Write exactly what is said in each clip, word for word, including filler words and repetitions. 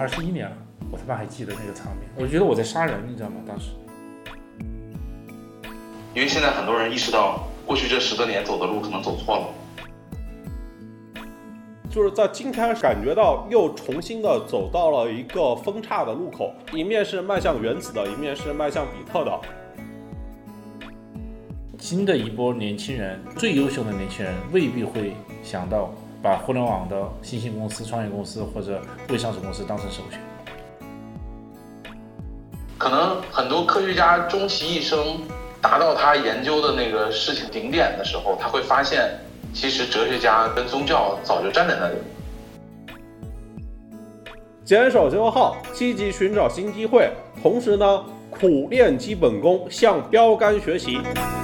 二十一年了，我他妈还记得那个场面，我觉得我在杀人，你知道吗？当时， 因为现在很多人意识到，过去这十多年走的路可能走错了。 就是在今天感觉到又重新的走到了一个分叉的路口，一面是迈向原子的，一面是迈向比特的。 新的一波年轻人，最优秀的年轻人未必会想到把互联网的新兴公司、创业公司或者未上市公司当成首选。 可能很多科学家终其一生达到他研究的那个事情顶点的时候，他会发现其实哲学家跟宗教早就站在那里。 坚守信号，积极寻找新机会，同时呢，苦练基本功，向标杆学习。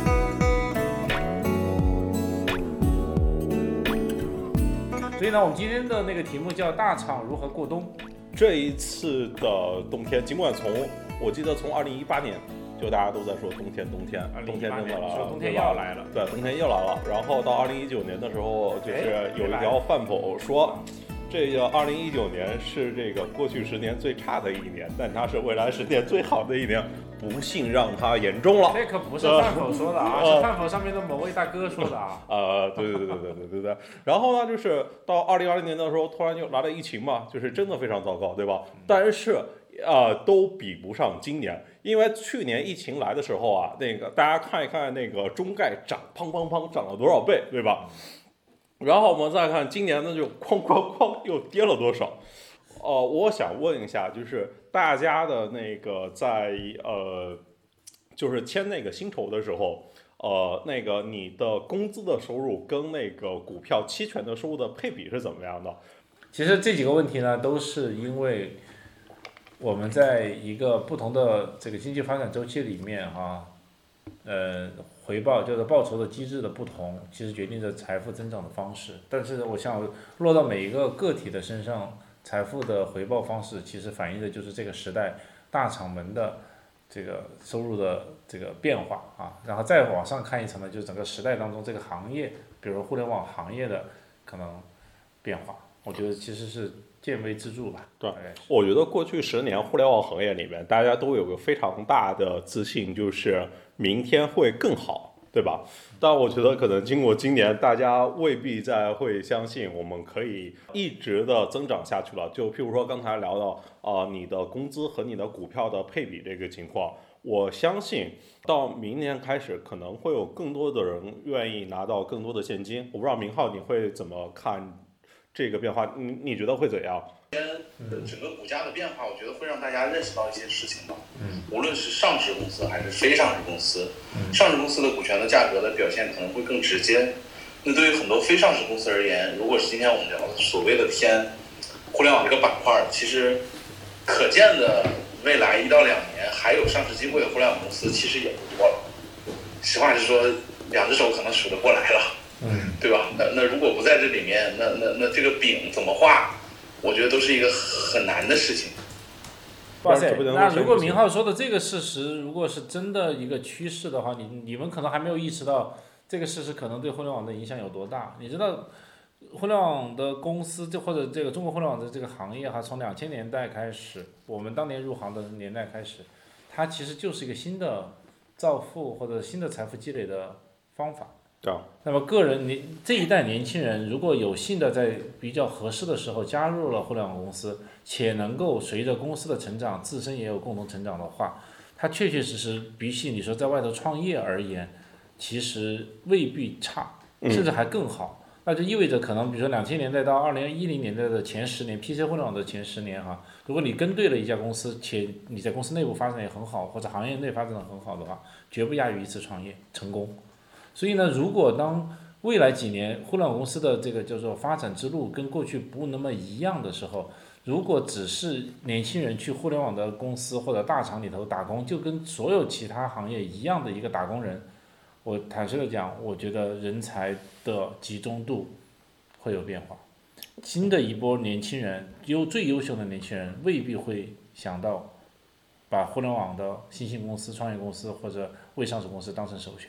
所以呢，我们今天的那个题目叫大厂如何过冬。 这一次的冬天，尽管从我记得从二零一八年就大家都在说冬天冬天冬天真的来了， 说冬天又要来了， 对，冬天又来了。然后到二零一九年的时候，就是有一条饭否说，这个二零一九年是这个过去十年最差的一年，但它是未来十年最好的一年，不幸让它言中了。 这可不是饭否说的啊，呃、是饭否上面的某位大哥说的啊。 呃，对对对对对对对。然后呢，就是到二零二零年的时候，突然就来了疫情嘛，就是真的非常糟糕，对吧？但是呃，都比不上今年。因为去年疫情来的时候啊，那个大家看一看那个中概涨，砰砰砰涨了多少倍，对吧？然后我们再看今年呢，就哐哐哐又跌了多少？呃，我想问一下，就是大家的那个在呃，就是签那个薪酬的时候，呃，那个你的工资的收入跟那个股票期权的收入的配比是怎么样的？ 其实这几个问题呢，都是因为我们在一个不同的这个经济发展周期里面哈、啊，呃，回报就是报酬的机制的不同，其实决定着财富增长的方式。但是我想落到每一个个体的身上，财富的回报方式其实反映的就是这个时代大厂们的这个收入的这个变化啊。然后再往上看一层呢，就是整个时代当中这个行业，比如互联网行业的可能变化。我觉得其实是见微知著吧。 对，我觉得过去十年互联网行业里面，大家都有个非常大的自信，就是明天会更好，对吧？但我觉得可能经过今年，大家未必再会相信我们可以一直的增长下去了。就譬如说刚才聊到啊、呃，你的工资和你的股票的配比这个情况，我相信到明年开始，可能会有更多的人愿意拿到更多的现金。我不知道明浩你会怎么看这个变化？你你觉得会怎样？ 整个股价的变化，我觉得会让大家认识到一些事情吧。嗯，无论是上市公司还是非上市公司，嗯、上市公司的股权的价格的表现可能会更直接。那对于很多非上市公司而言，如果是今天我们聊的所谓的偏互联网这个板块，其实可见的未来一到两年还有上市机会的互联网公司其实也不多了。实话实说，两只手可能数得过来了。嗯，对吧？那那如果不在这里面，那那那这个饼怎么画？我觉得都是一个很难的事情。 哇塞，那如果明浩说的这个事实，如果是真的一个趋势的话，你你们可能还没有意识到这个事实可能对互联网的影响有多大。你知道，互联网的公司就或者这个中国互联网的这个行业哈，从两千年代开始，我们当年入行的年代开始，它其实就是一个新的造富或者新的财富积累的方法。那么个人你这一代年轻人如果有幸的在比较合适的时候加入了互联网公司，且能够随着公司的成长自身也有共同成长的话，他确确实实比起你说在外头创业而言，其实未必差，甚至还更好。嗯、那就意味着可能比如说两千年代到二零一零年代的前十年 P C 互联网的前十年哈，如果你跟对了一家公司，且你在公司内部发展也很好，或者行业内发展的很好的话，绝不亚于一次创业成功。所以呢，如果当未来几年互联网公司的这个叫做发展之路跟过去不那么一样的时候，如果只是年轻人去互联网的公司或者大厂里头打工，就跟所有其他行业一样的一个打工人，我坦率的讲，我觉得人才的集中度会有变化。新的一波年轻人，优最优秀的年轻人未必会想到把互联网的新兴公司、创业公司或者未上市公司当成首选。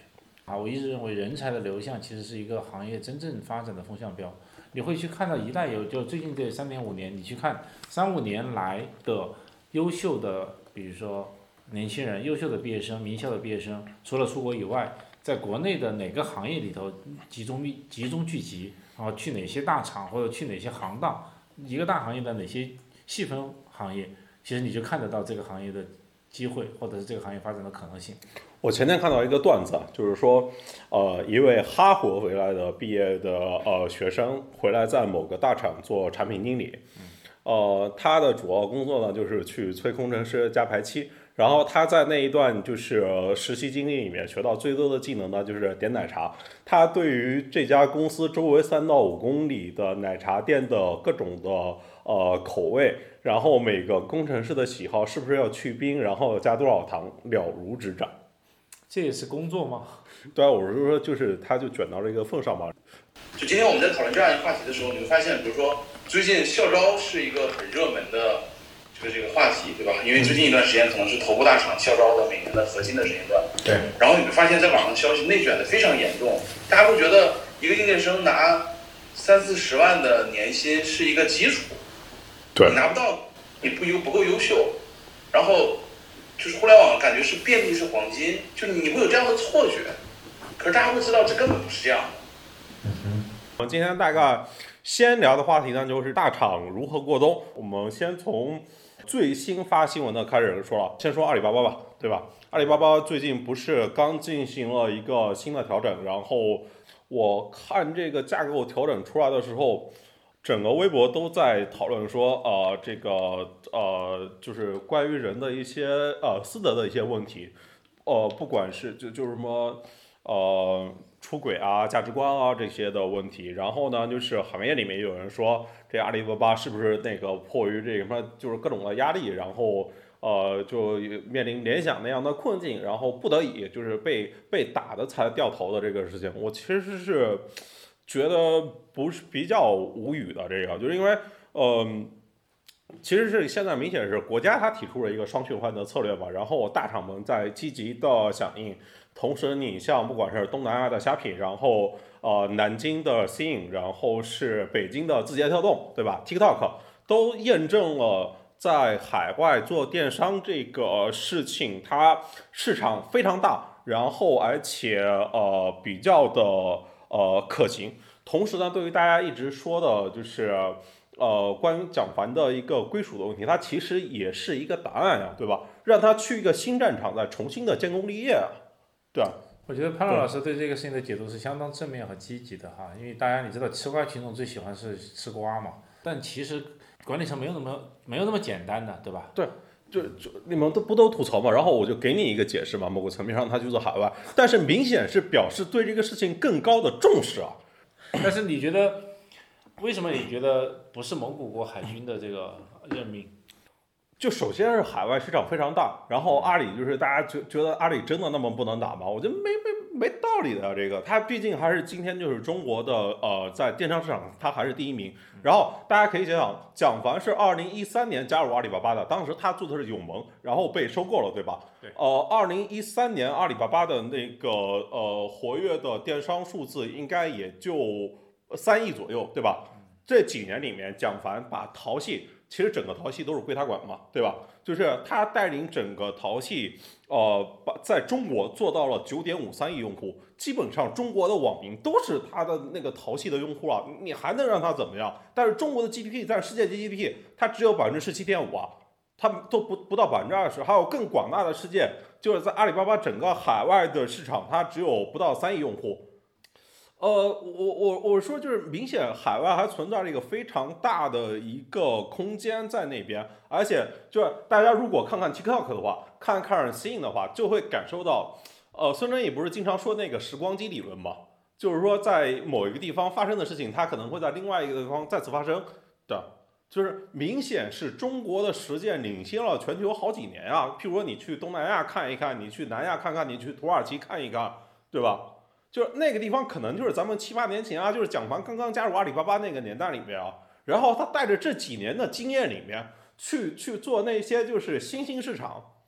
啊，我一直认为人才的流向其实是一个行业真正发展的风向标。你会去看到一代有，就最近这三点五年，你去看三五年来的优秀的，比如说年轻人、优秀的毕业生、名校的毕业生，除了出国以外，在国内的哪个行业里头集中密集中聚集，然后去哪些大厂或者去哪些行当，一个大行业的哪些细分行业，其实你就看得到这个行业的机会，或者是这个行业发展的可能性。 我前天看到一个段子，就是说，呃，一位哈佛回来的毕业的呃学生回来在某个大厂做产品经理，呃，他的主要工作呢就是去催工程师加排期，然后他在那一段就是实习经历里面学到最多的技能呢就是点奶茶。他对于这家公司周围三到五公里的奶茶店的各种的呃口味，然后每个工程师的喜好是不是要去冰，然后加多少糖，了如指掌。 这也是工作吗？ 对啊，我是说，就是他就卷到这个份上嘛。 就今天我们在讨论这样一个话题的时候，你会发现，比如说最近校招是一个很热门的这个这个话题，对吧？因为最近一段时间可能是头部大厂校招的每年的核心的时间段。 对。 然后你会发现在网上消息内卷的非常严重，大家都觉得一个应届生拿三四十万的年薪是一个基础， 对， 你拿不到，你不优不够优秀，然后。就是互联网感觉是遍地是黄金，就你会有这样的错觉，可是大家会知道这根本不是这样的。 嗯哼，我们今天大概先聊的话题呢，就是大厂如何过冬。我们先从最新发新闻的开始说了，先说阿里巴巴吧，对吧？阿里巴巴最近不是刚进行了一个新的调整，然后我看这个架构调整出来的时候。整个微博都在讨论说，呃，这个呃，就是关于人的一些呃私德的一些问题，呃，不管是就就是什么呃出轨啊、价值观啊这些的问题。然后呢，就是行业里面有人说，这阿里巴巴是不是那个迫于这个什么，就是各种的压力，然后呃就面临联想那样的困境，然后不得已就是被被打的才掉头的这个事情，我其实是。觉得不是比较无语的，这个就是因为，嗯、呃，其实是现在明显是国家它提出了一个双循环的策略嘛，然后大厂们在积极的响应，同时你像不管是东南亚的虾皮，然后呃南京的 Sing， 然后是北京的字节跳动，对吧 ？TikTok 都验证了在海外做电商这个事情，它市场非常大，然后而且呃比较的。呃，可行。同时呢，对于大家一直说的，就是呃，关于蒋凡的一个归属的问题，它其实也是一个答案呀，对吧？让他去一个新战场，再重新的建功立业啊，对啊。 我觉得潘乐老师对这个事情的解读是相当正面和积极的哈，因为大家你知道吃瓜群众最喜欢是吃瓜嘛，但其实管理层没有那么没有那么简单的，对吧？ 对。就就你们都不都吐槽嘛，然后我就给你一个解释嘛，某个层面上他就是海外，但是明显是表示对这个事情更高的重视啊。 但是你觉得为什么你觉得不是蒙古国海军的这个任命？ 就首先是海外市场非常大，然后阿里就是大家觉觉得阿里真的那么不能打吗？我觉得没没没道理的，这个它毕竟还是今天就是中国的呃在电商市场它还是第一名。然后大家可以想想，蒋凡是二零一三年加入阿里巴巴的，当时他做的是永盟，然后被收购了，对吧？ 对。 呃，二零一三年阿里巴巴的那个呃活跃的电商数字应该也就三亿左右，对吧？这几年里面，蒋凡把淘系。其实整个淘系都是归他管嘛，对吧？就是他带领整个淘系，呃，把在中国做到了九点五三亿用户，基本上中国的网民都是他的那个淘系的用户啊，你还能让他怎么样？但是中国的 G D P 占世界 G D P， 它只有百分之十七点五啊，它都不不到百分之二十。还有更广大的世界，就是在阿里巴巴整个海外的市场，它只有不到三亿用户。呃，我我我说就是明显海外还存在着一个非常大的一个空间在那边，而且就是大家如果看看 TikTok 的话，看看 Sing 的话，就会感受到，呃，孙正义不是经常说那个时光机理论吗？就是说在某一个地方发生的事情，它可能会在另外一个地方再次发生的，就是明显是中国的实践领先了全球好几年啊。譬如说你去东南亚看一看，你去南亚看看，你去土耳其看一看，对吧？就是那个地方可能就是咱们七八年前啊，就是蒋凡刚刚加入阿里巴巴那个年代里面啊，然后他带着这几年的经验里面去去做那些就是新兴市场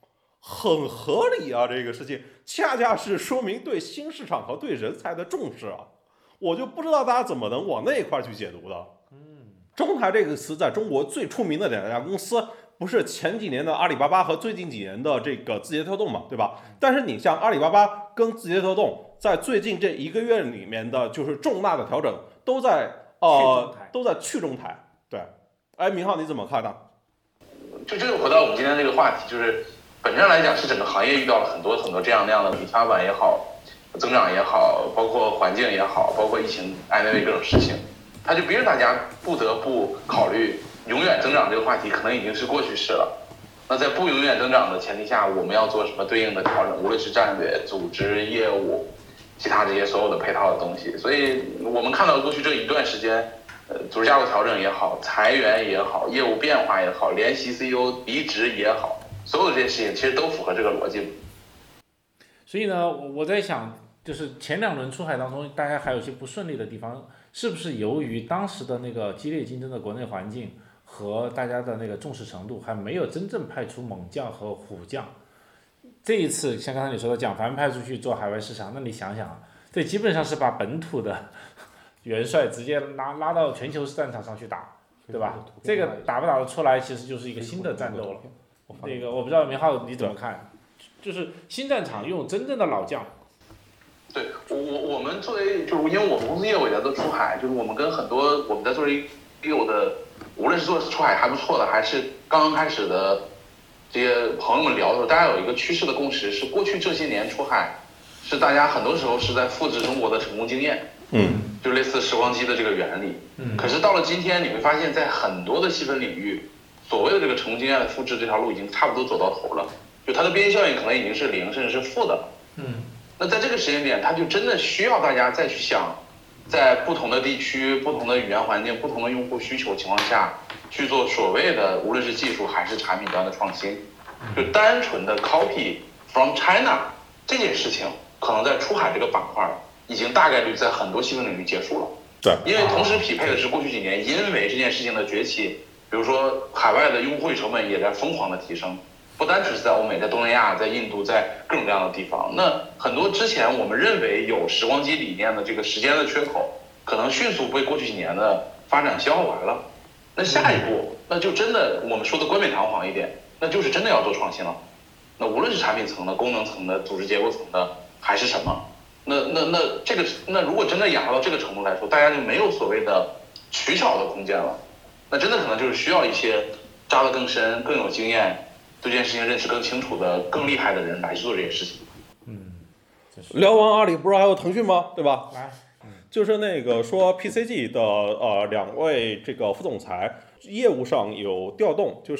很合理啊，这个事情恰恰是说明对新市场和对人才的重视啊，我就不知道大家怎么能往那一块去解读的。嗯，中台这个词在中国最出名的两家公司，不是前几年的阿里巴巴和最近几年的这个字节跳动嘛，对吧？但是你像阿里巴巴跟字节跳动，在最近这一个月里面的就是重大的调整，都在呃都在去中台。对，哎，明浩你怎么看呢？ 就这个回到我们今天这个话题，就是本质上来讲是整个行业遇到了很多很多这样那样的天花板也好，增长也好，包括环境也好，包括疫情哎那各种事情，它就逼着大家不得不考虑永远增长这个话题可能已经是过去式了。那在不永远增长的前提下，我们要做什么对应的调整，无论是战略、组织、业务，其他这些所有的配套的东西。所以我们看到过去这一段时间，呃，组织架构调整也好，裁员也好，业务变化也好，联席 C E O 离职也好，所有的这些事情其实都符合这个逻辑。 所以呢，我在想，就是前两轮出海当中，大家还有一些不顺利的地方，是不是由于当时的那个激烈竞争的国内环境和大家的那个重视程度，还没有真正派出猛将和虎将？这一次像刚才你说的，蒋凡派出去做海外市场，那你想想，这基本上是把本土的元帅直接拉拉到全球战场上去打，对吧？这个打不打得出来，其实就是一个新的战斗了。那个我不知道明浩你怎么看？就是新战场用真正的老将。 对我我们作为就是因为我们公司业务也在做出海，就是我们跟很多我们在做业务的，无论是做出海还不错的，还是刚刚开始的这些朋友们聊的时候，大家有一个趋势的共识是，过去这些年出海是大家很多时候是在复制中国的成功经验。 嗯， 就类似时光机的这个原理。嗯，可是到了今天，你会发现在很多的细分领域，所谓的这个成功经验的复制这条路已经差不多走到头了，就它的边际效应可能已经是零，甚至是负的。 嗯， 那在这个时间点，它就真的需要大家再去想，在不同的地区、不同的语言环境、不同的用户需求情况下，去做所谓的无论是技术还是产品端的创新。就单纯的 copy from China 这件事情，可能在出海这个板块已经大概率在很多细分领域结束了。 对， 因为同时匹配的是过去几年因为这件事情的崛起，比如说海外的用户成本也在疯狂的提升，不单只是在欧美，在东南亚，在印度，在各种各样的地方。那很多之前我们认为有时光机理念的这个时间的缺口，可能迅速被过去几年的发展消耗完了。那下一步，那就真的我们说的冠冕堂皇一点，那就是真的要做创新了。那无论是产品层的、功能层的、组织结构层的，还是什么？那那那这个那如果真的养到这个程度来说，大家就没有所谓的取巧的空间了。那真的可能就是需要一些扎得更深、更有经验、对这件事情认识更清楚的、更厉害的人来去做这些事情。 嗯， 聊完阿里，不是还有腾讯吗？对吧？ 来， 嗯、就是那个说 P C G 的呃两位这个副总裁业务上有调动，就是。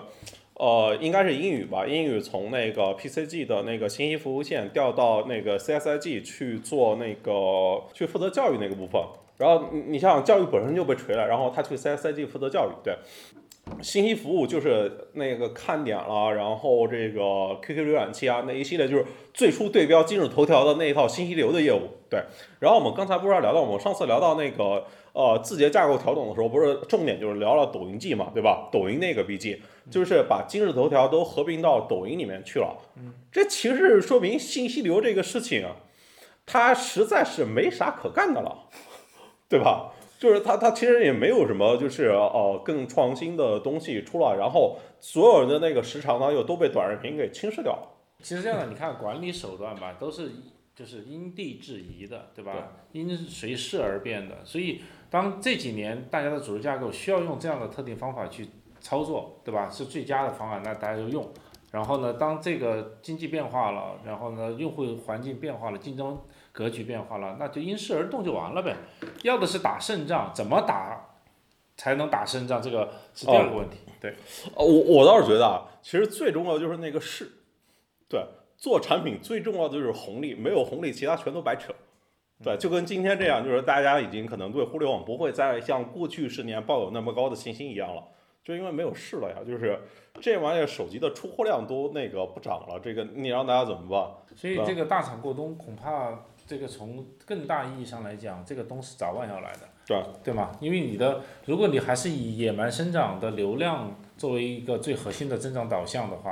呃，应该是英语吧？英语从那个 P C G 的那个信息服务线调到那个 C S I G 去做那个去负责教育那个部分。然后你想想，教育本身就被锤了，然后他去 C S I G 负责教育，对。信息服务就是那个看点了，然后这个 Q Q 浏览器啊那一系列就是最初对标今日头条的那一套信息流的业务，对。然后我们刚才不是聊到我们上次聊到那个呃字节架构调整的时候，不是重点就是聊了抖音记嘛，对吧？抖音那个 B G 就是把今日头条都合并到抖音里面去了，这其实是说明信息流这个事情啊，它实在是没啥可干的了，对吧？就是它，它其实也没有什么，就是呃更创新的东西出来，然后所有人的那个时长呢又都被短视频给侵蚀掉了。 其实这样的，你看管理手段吧，都是就是因地制宜的，对吧？对，因随势而变的。所以当这几年大家的组织架构需要用这样的特定方法去操作，对吧？是最佳的方案，那大家就用。然后呢，当这个经济变化了，然后呢，用户环境变化了，竞争格局变化了，那就因势而动就完了呗。要的是打胜仗，怎么打才能打胜仗？这个是第二个问题。哦、对， 我我倒是觉得啊，其实最重要的就是那个势。对，做产品最重要的就是红利，没有红利，其他全都白扯。对，就跟今天这样，就是大家已经可能对互联网不会再像过去十年抱有那么高的信心一样了。就因为没有势了呀，就是这玩意儿手机的出货量都那个不涨了，这个你让大家怎么办？ 所以这个大厂过冬恐怕这个从更大意义上来讲，这个冬是早晚要来的， 对对吗？因为你的如果你还是以野蛮生长的流量作为一个最核心的增长导向的话，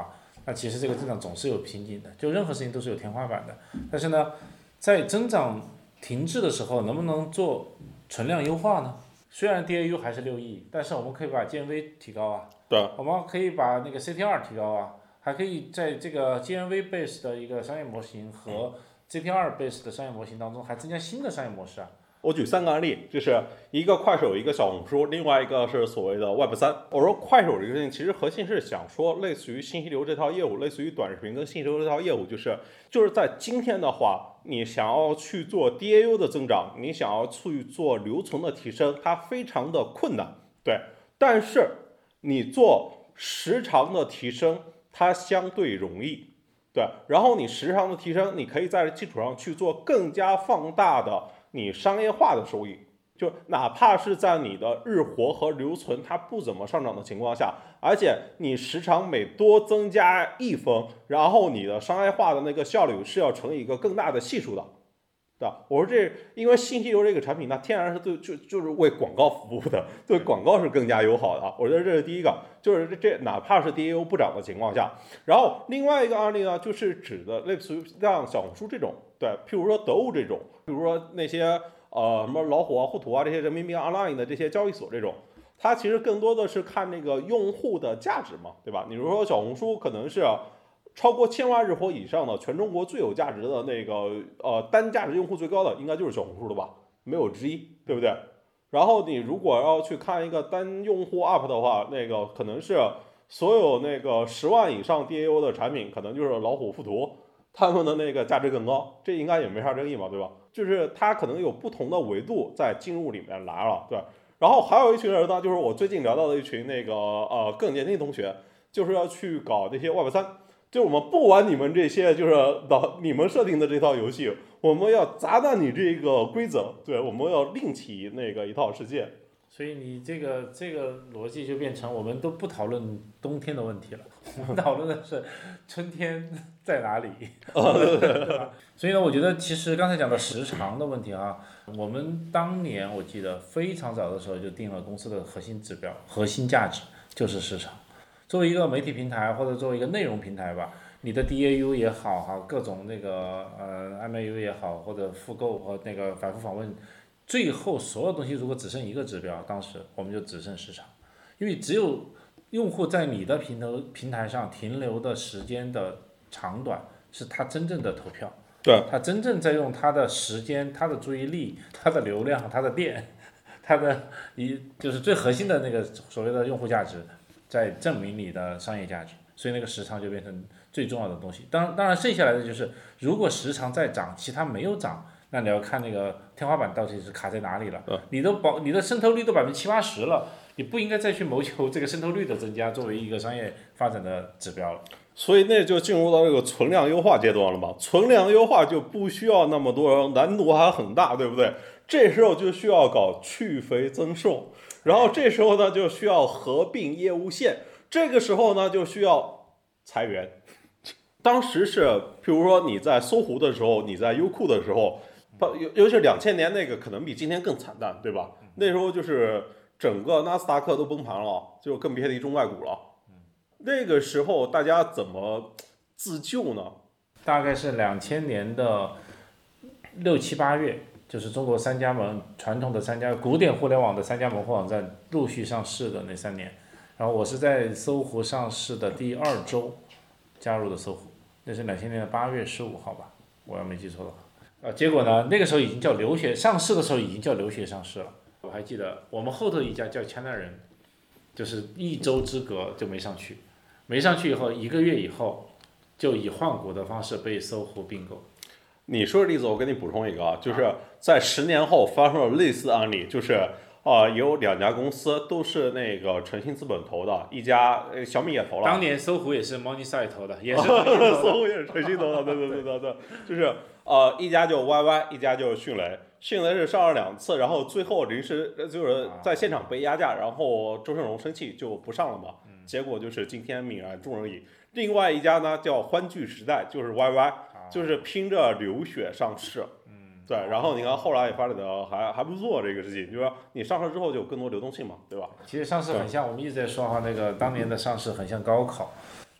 那其实这个增长总是有瓶颈的，就任何事情都是有天花板的。但是呢，在增长停滞的时候，能不能做存量优化呢？虽然 D A U 还是六亿，但是我们可以把 G M V 提高啊， 对， 我们可以把那个 C T R 提高啊，还可以在这个 G M V base 的一个商业模型和 C T R base 的商业模型当中，还增加新的商业模式啊。 我举三个案例，就是一个快手，一个小红书，另外一个是所谓的 Web 三。我说快手这个事情，其实核心是想说，类似于信息流这套业务，类似于短视频跟信息流这套业务，就是就是在今天的话，你想要去做 D A U 的增长，你想要去做留存的提升，它非常的困难，对。但是你做时长的提升，它相对容易，对。然后你时长的提升，你可以在这基础上去做更加放大的你商业化的收益，就哪怕是在你的日活和留存它不怎么上涨的情况下，而且你时长每多增加一分，然后你的商业化的那个效率是要乘以一个更大的系数的，对吧？我说这因为信息流这个产品，它天然是对就就是为广告服务的，对广告是更加友好的。我觉得这是第一个，就是这这哪怕是 D A U 不涨的情况下，然后另外一个案例呢，就是指的类似于像小红书这种，对，譬如说得物这种。比如说那些呃什么老虎啊、互图啊这些人民币 online 的这些交易所这种，它其实更多的是看那个用户的价值嘛，对吧？你比如说小红书可能是超过千万日活以上的全中国最有价值的那个呃单价值用户最高的应该就是小红书了吧，没有之一，对不对？然后你如果要去看一个单用户 up 的话，那个可能是所有那个十万以上 D A U 的产品，可能就是老虎、互图。他们的那个价值更高，这应该也没啥争议嘛，对吧？就是它可能有不同的维度在进入里面来了，对。然后还有一群人呢，就是我最近聊到的一群那个呃更年轻同学，就是要去搞那些 Web 三，就我们不玩你们这些就是导你们设定的这套游戏，我们要砸烂你这个规则，对，我们要另起那个一套世界。 所以你这个这个逻辑就变成我们都不讨论冬天的问题了，我们讨论的是春天在哪里，对吧？所以呢，我觉得其实刚才讲的时长的问题啊，我们当年我记得非常早的时候就定了公司的核心指标、核心价值就是时长。作为一个媒体平台或者作为一个内容平台吧，你的 D A U 也好哈，各种那个呃 M A U 也好，或者复购和那个反复访问。最后所有东西如果只剩一个指标，当时我们就只剩时长，因为只有用户在你的平台平台上停留的时间的长短是他真正的投票， 对， 他真正在用他的时间、他的注意力、他的流量、他的电、他的一就是最核心的那个所谓的用户价值，在证明你的商业价值，所以那个时长就变成最重要的东西。当当然剩下来的就是，如果时长再涨，其他没有涨。那你要看那个天花板到底是卡在哪里了，你都保你的渗透率都百分之七八十了，你不应该再去谋求这个渗透率的增加作为一个商业发展的指标了。 所以那就进入到这个存量优化阶段了嘛，存量优化就不需要那么多人，难度还很大，对不对？这时候就需要搞去肥增瘦，然后这时候呢就需要合并业务线，这个时候呢就需要裁员。当时是譬如说你在搜狐的时候，你在优酷的时候，尤尤其是两千年那个可能比今天更惨淡，对吧？那时候就是整个纳斯达克都崩盘了，就更别提中外股了。那个时候大家怎么自救呢？ 大概是两千年的六七八月，就是中国三家门传统的三家古典互联网的三家门户网站陆续上市的那三年，然后我是在搜狐上市的第二周加入的搜狐，那是两千年的八月十五号吧，我要没记错的话。呃，结果呢，那个时候已经叫留学，上市的时候已经叫留学上市了。我还记得我们后头一家叫强南人，就是一周之隔就没上去，没上去以后一个月以后，就以换股的方式被搜狐并购。 你说的例子我给你补充一个啊，就是在十年后发生了类似案例，就是啊、呃、有两家公司都是那个诚信资本投的，一家呃小米也投了， 当年搜狐也是 Morningstar 投的，也是搜狐也是诚信投的，对对对对对，就是呃一家就 Y Y， 一家就迅雷，迅雷是上了两次，然后最后临时就是在现场被压价，然后周胜荣生气就不上了嘛，结果就是今天泯然众人矣。另外一家呢叫欢聚时代，就是 Y Y， 就是拼着流血上市。对，然后你看后来也发展的还还不错，这个事情就是说你上市之后就有更多流动性嘛，对吧？ 其实上市很像我们一直在说哈，那个当年的上市很像高考，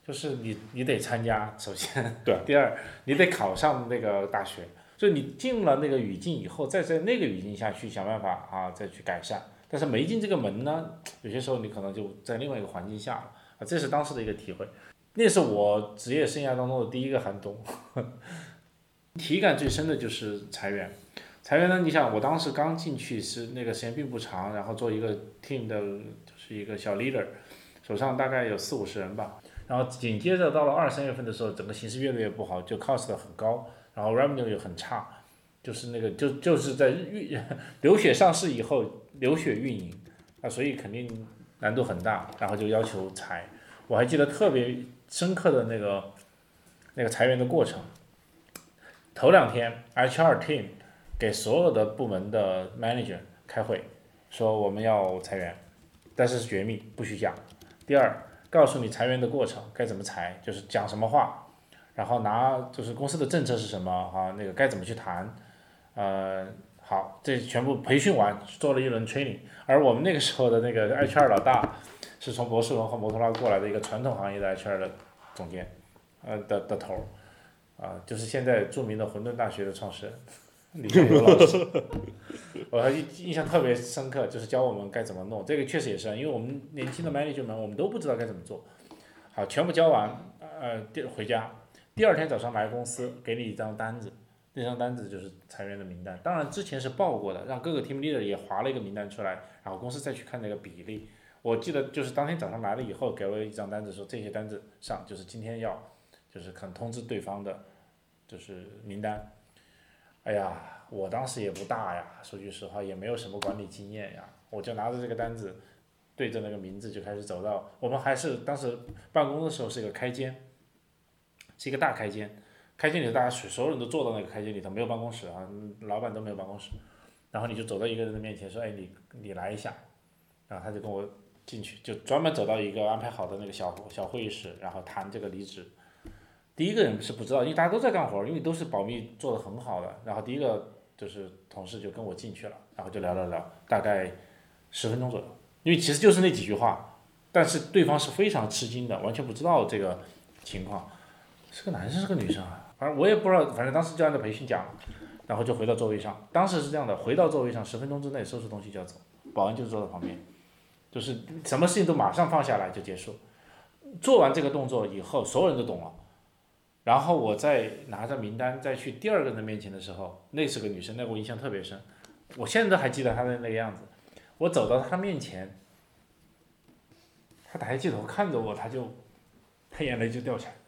就是你你得参加，首先， 对， 第二你得考上那个大学，所以你进了那个语境以后，再在那个语境下去想办法啊，再去改善。但是没进这个门呢，有些时候你可能就在另外一个环境下了啊，这是当时的一个体会。那是我职业生涯当中的第一个寒冬，体感最深的就是裁员。裁员呢，你想我当时刚进去是那个时间并不长，然后做一个 team 的，就是一个小 leader， 手上大概有四五十人吧。然后紧接着到了二三月份的时候，整个形势越来越不好，就 cost 很高，然后 revenue 又很差，就是那个就就是在运流血上市以后流血运营啊，所以肯定难度很大，然后就要求裁。我还记得特别深刻的那个那个裁员的过程。头两天 H R team 给所有的部门的 manager 开会，说我们要裁员，但是是绝密，不许讲。第二，告诉你裁员的过程该怎么裁，就是讲什么话，然后拿就是公司的政策是什么啊，那个该怎么去谈，呃，好，这全部培训完，做了一轮 training。而我们那个时候的那个 H R 老大是从博士伦和摩托拉过来的一个传统行业的 H R 的总监，呃的的头。啊，就是现在著名的混沌大学的创始人李建友老师，我还印象特别深刻，就是教我们该怎么弄。这个确实也是，因为我们年轻的 manager 们，我们都不知道该怎么做。好，全部教完，呃，回家，第二天早上来公司，给你一张单子，那张单子就是裁员的名单。当然之前是报过的，让各个 team leader 也划了一个名单出来，然后公司再去看那个比例。我记得就是当天早上来了以后，给我一张单子，说这些单子上就是今天要，就是可能通知对方的。就是名单，哎呀，我当时也不大呀，说句实话也没有什么管理经验呀，我就拿着这个单子，对着那个名字就开始走到，我们还是当时办公的时候是一个开间，是一个大开间，开间里头大家所有人都坐到那个开间里头，没有办公室啊，老板都没有办公室，然后你就走到一个人的面前说，哎，你你来一下，然后他就跟我进去，就专门走到一个安排好的那个小小会议室，然后谈这个离职。第一个人是不知道，因为大家都在干活，因为都是保密做得很好的。然后第一个就是同事就跟我进去了，然后就聊聊聊，大概十分钟左右。因为其实就是那几句话，但是对方是非常吃惊的，完全不知道这个情况，是个男生是个女生啊，反正我也不知道，反正当时就按照培训讲，然后就回到座位上。当时是这样的，回到座位上十分钟之内收拾东西就要走，保安就坐在旁边，就是什么事情都马上放下来就结束。做完这个动作以后，所有人都懂了。然后我再拿着名单再去第二个人的面前的时候，那是个女生，那个我印象特别深，我现在都还记得她的那个样子。我走到她面前，她抬起头看着我，她就，她眼泪就掉下来了。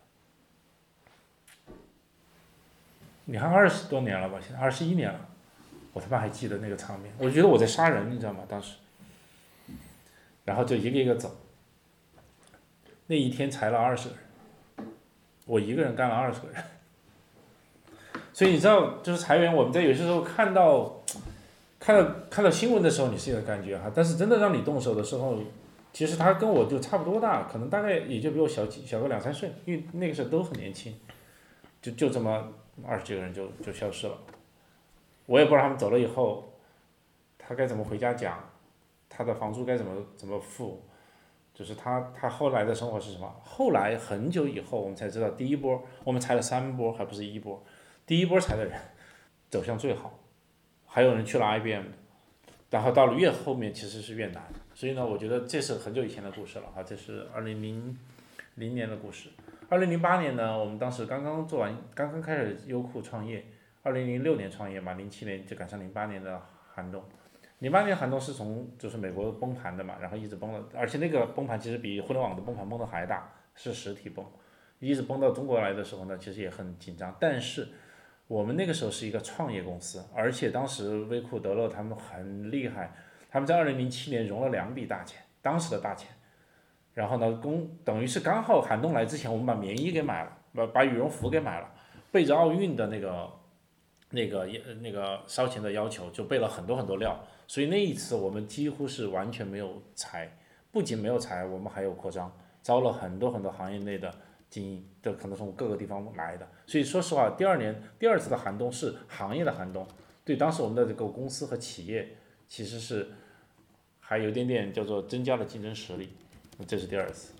你看二十多年了吧，现在二十一年了，我他妈还记得那个场面，我觉得我在杀人，你知道吗？当时，然后就一个一个走。那一天裁了二十个人。我一个人干了二十个人，所以你知道，就是裁员，我们在有些时候看到，看到看到新闻的时候，你是有感觉哈，但是真的让你动手的时候，其实他跟我就差不多大，可能大概也就比我小几小个两三岁，因为那个时候都很年轻，就就这么二十几个人就就消失了，我也不知道他们走了以后，他该怎么回家讲，他的房租该怎么怎么付。就是他，他后来的生活是什么？后来很久以后，我们才知道，第一波我们裁了三波，还不是一波。第一波裁的人走向最好，还有人去了 I B M， 然后到了越后面其实是越难。所以呢，我觉得这是很久以前的故事了哈，这是二零零零年的故事。二零零八年呢，我们当时刚刚做完，刚刚开始优酷创业。二零零六年创业嘛，零七年就赶上零八年的寒冬。零八年寒冬是从就是美国崩盘的嘛，然后一直崩了，而且那个崩盘其实比互联网的崩盘崩的还大，是实体崩，一直崩到中国来的时候呢，其实也很紧张。但是我们那个时候是一个创业公司，而且当时微库德乐他们很厉害，他们在二零零七年融了两笔大钱，当时的大钱。然后呢，公等于是刚好寒冬来之前，我们把棉衣给买了，把把羽绒服给买了，背着奥运的那个那个那个烧钱的要求，就备了很多很多料。所以那一次我们几乎是完全没有裁，不仅没有裁，我们还有扩张，招了很多很多行业内的精英，这可能从各个地方来的。所以说实话，第二年第二次的寒冬是行业的寒冬，对当时我们的这个公司和企业其实是还有一点点叫做增加了竞争实力，这是第二次。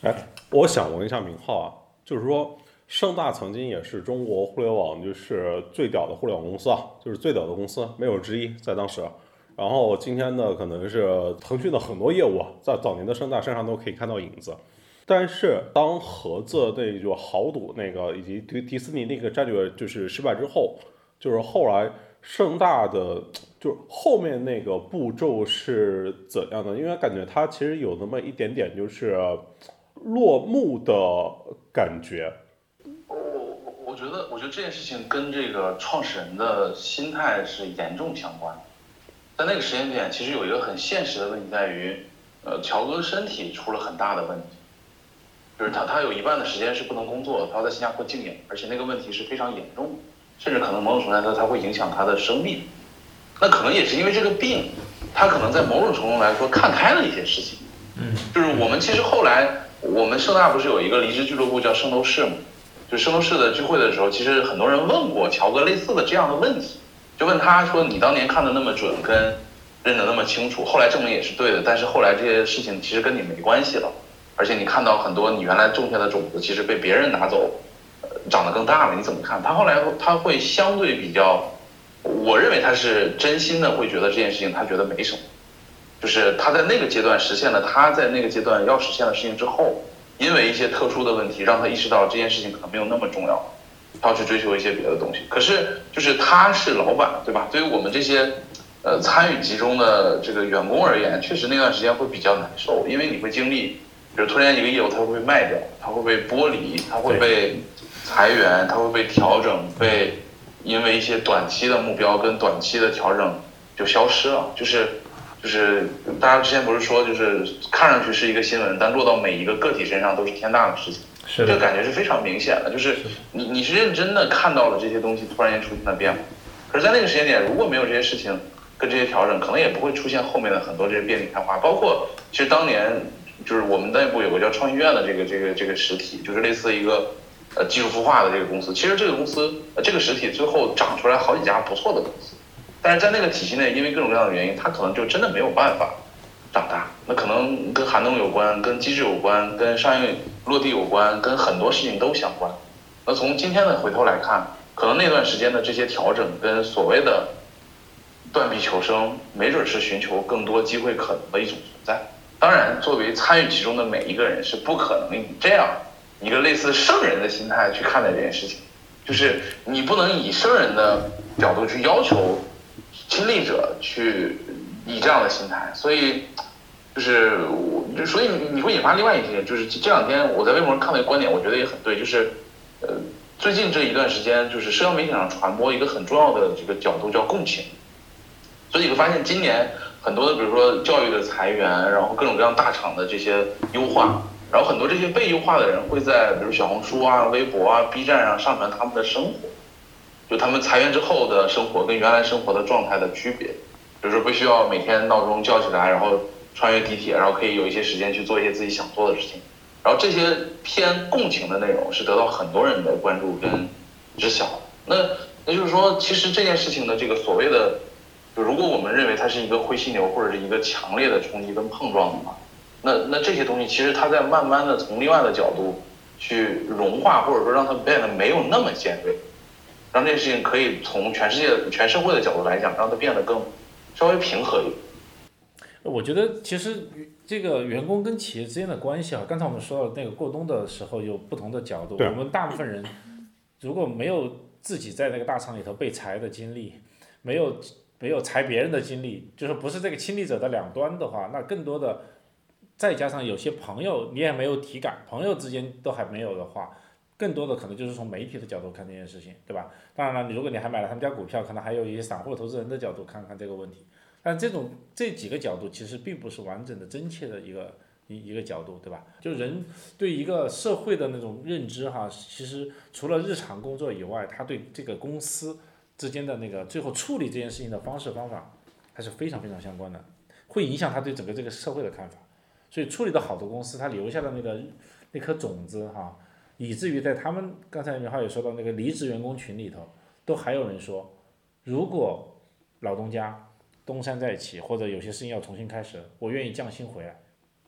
哎，我想问一下明浩啊，就是说盛大曾经也是中国互联网就是最屌的互联网公司啊，就是最屌的公司，没有之一，在当时。然后今天呢，可能是腾讯的很多业务啊，在早年的盛大身上都可以看到影子。但是当盒子那就豪赌那个以及迪迪士尼那个战略就是失败之后，就是后来盛大的就是后面那个步骤是怎样的？因为感觉它其实有那么一点点就是落幕的感觉。 我我我觉得，我觉得这件事情跟这个创始人的心态是严重相关的。在那个时间点，其实有一个很现实的问题在于，呃，乔哥身体出了很大的问题，就是他他有一半的时间是不能工作，他要在新加坡静养，而且那个问题是非常严重的，甚至可能某种程度来说，它会影响他的生命。那可能也是因为这个病，他可能在某种程度来说看开了一些事情。 嗯， 就是我们其实后来，我们盛大不是有一个离职俱乐部叫圣斗士嘛？就圣斗士的聚会的时候，其实很多人问过乔哥类似的这样的问题。就问他说：“你当年看的那么准，跟认得那么清楚，后来证明也是对的，但是后来这些事情其实跟你没关系了，而且你看到很多你原来种下的种子，其实被别人拿走，呃，长得更大了，你怎么看？”他后来他会相对比较，我认为他是真心的会觉得这件事情他觉得没什么，就是他在那个阶段实现了他在那个阶段要实现的事情之后，因为一些特殊的问题，让他意识到这件事情可能没有那么重要。他要去追求一些别的东西，可是就是他是老板，对吧？对于我们这些呃参与其中的这个员工而言，确实那段时间会比较难受，因为你会经历，比如突然一个业务它会被卖掉，它会被剥离，它会被裁员，它会被调整，被因为一些短期的目标跟短期的调整就消失了，就是就是大家之前不是说，就是看上去是一个新闻，但落到每一个个体身上都是天大的事情。 是这个感觉是非常明显的，就是你你是认真的看到了这些东西突然间出现了变化，可是在那个时间点如果没有这些事情跟这些调整，可能也不会出现后面的很多这些便利开花。包括其实当年就是我们内部有个叫创意院的这个这个这个实体，就是类似一个呃技术孵化的这个公司，其实这个公司呃这个实体最后长出来好几家不错的公司，但是在那个体系内因为各种各样的原因，它可能就真的没有办法长大，那可能跟寒冬有关，跟机制有关，跟商业落地有关，跟很多事情都相关。那从今天的回头来看，可能那段时间的这些调整跟所谓的断臂求生，没准是寻求更多机会可能的一种存在。当然，作为参与其中的每一个人，是不可能以这样一个类似圣人的心态去看待这件事情，就是你不能以圣人的角度去要求亲历者去以这样的心态，所以就是就所以你会引发另外一些，就是这两天我在微博上看到一个观点，我觉得也很对，就是呃最近这一段时间，就是社交媒体上传播一个很重要的这个角度叫共情，所以你会发现今年很多的，比如说教育的裁员，然后各种各样大厂的这些优化，然后很多这些被优化的人会在比如小红书啊、微博啊、B 站上上传他们的生活，就他们裁员之后的生活跟原来生活的状态的区别。比如说不需要每天闹钟叫起来，然后穿越地铁，然后可以有一些时间去做一些自己想做的事情。然后这些偏共情的内容是得到很多人的关注跟知晓。那那就是说，其实这件事情的这个所谓的，就如果我们认为它是一个灰犀牛或者是一个强烈的冲击跟碰撞的话，那那这些东西其实它在慢慢的从另外的角度去融化，或者说让它变得没有那么尖锐，让这件事情可以从全世界全社会的角度来讲，让它变得更稍微平和一点。 我觉得其实这个员工跟企业之间的关系啊，刚才我们说到那个过冬的时候有不同的角度。我们大部分人如果没有自己在那个大厂里头被裁的经历，没有没有裁别人的经历，就是不是这个亲历者的两端的话，那更多的再加上有些朋友你也没有体感，朋友之间都还没有的话，更多的可能就是从媒体的角度看这件事情，对吧？当然了，你如果你还买了他们家股票，可能还有一些散户投资人的角度看看这个问题。但这种这几个角度其实并不是完整的真切的一个一一个角度，对吧？就人对一个社会的那种认知哈，其实除了日常工作以外，他对这个公司之间的那个最后处理这件事情的方式方法，还是非常非常相关的，会影响他对整个这个社会的看法。所以处理的好的公司，他留下的那个那颗种子哈，以至于在他们刚才明浩也说到那个离职员工群里头，都还有人说，如果老东家东山再起，或者有些事情要重新开始，我愿意降薪回来。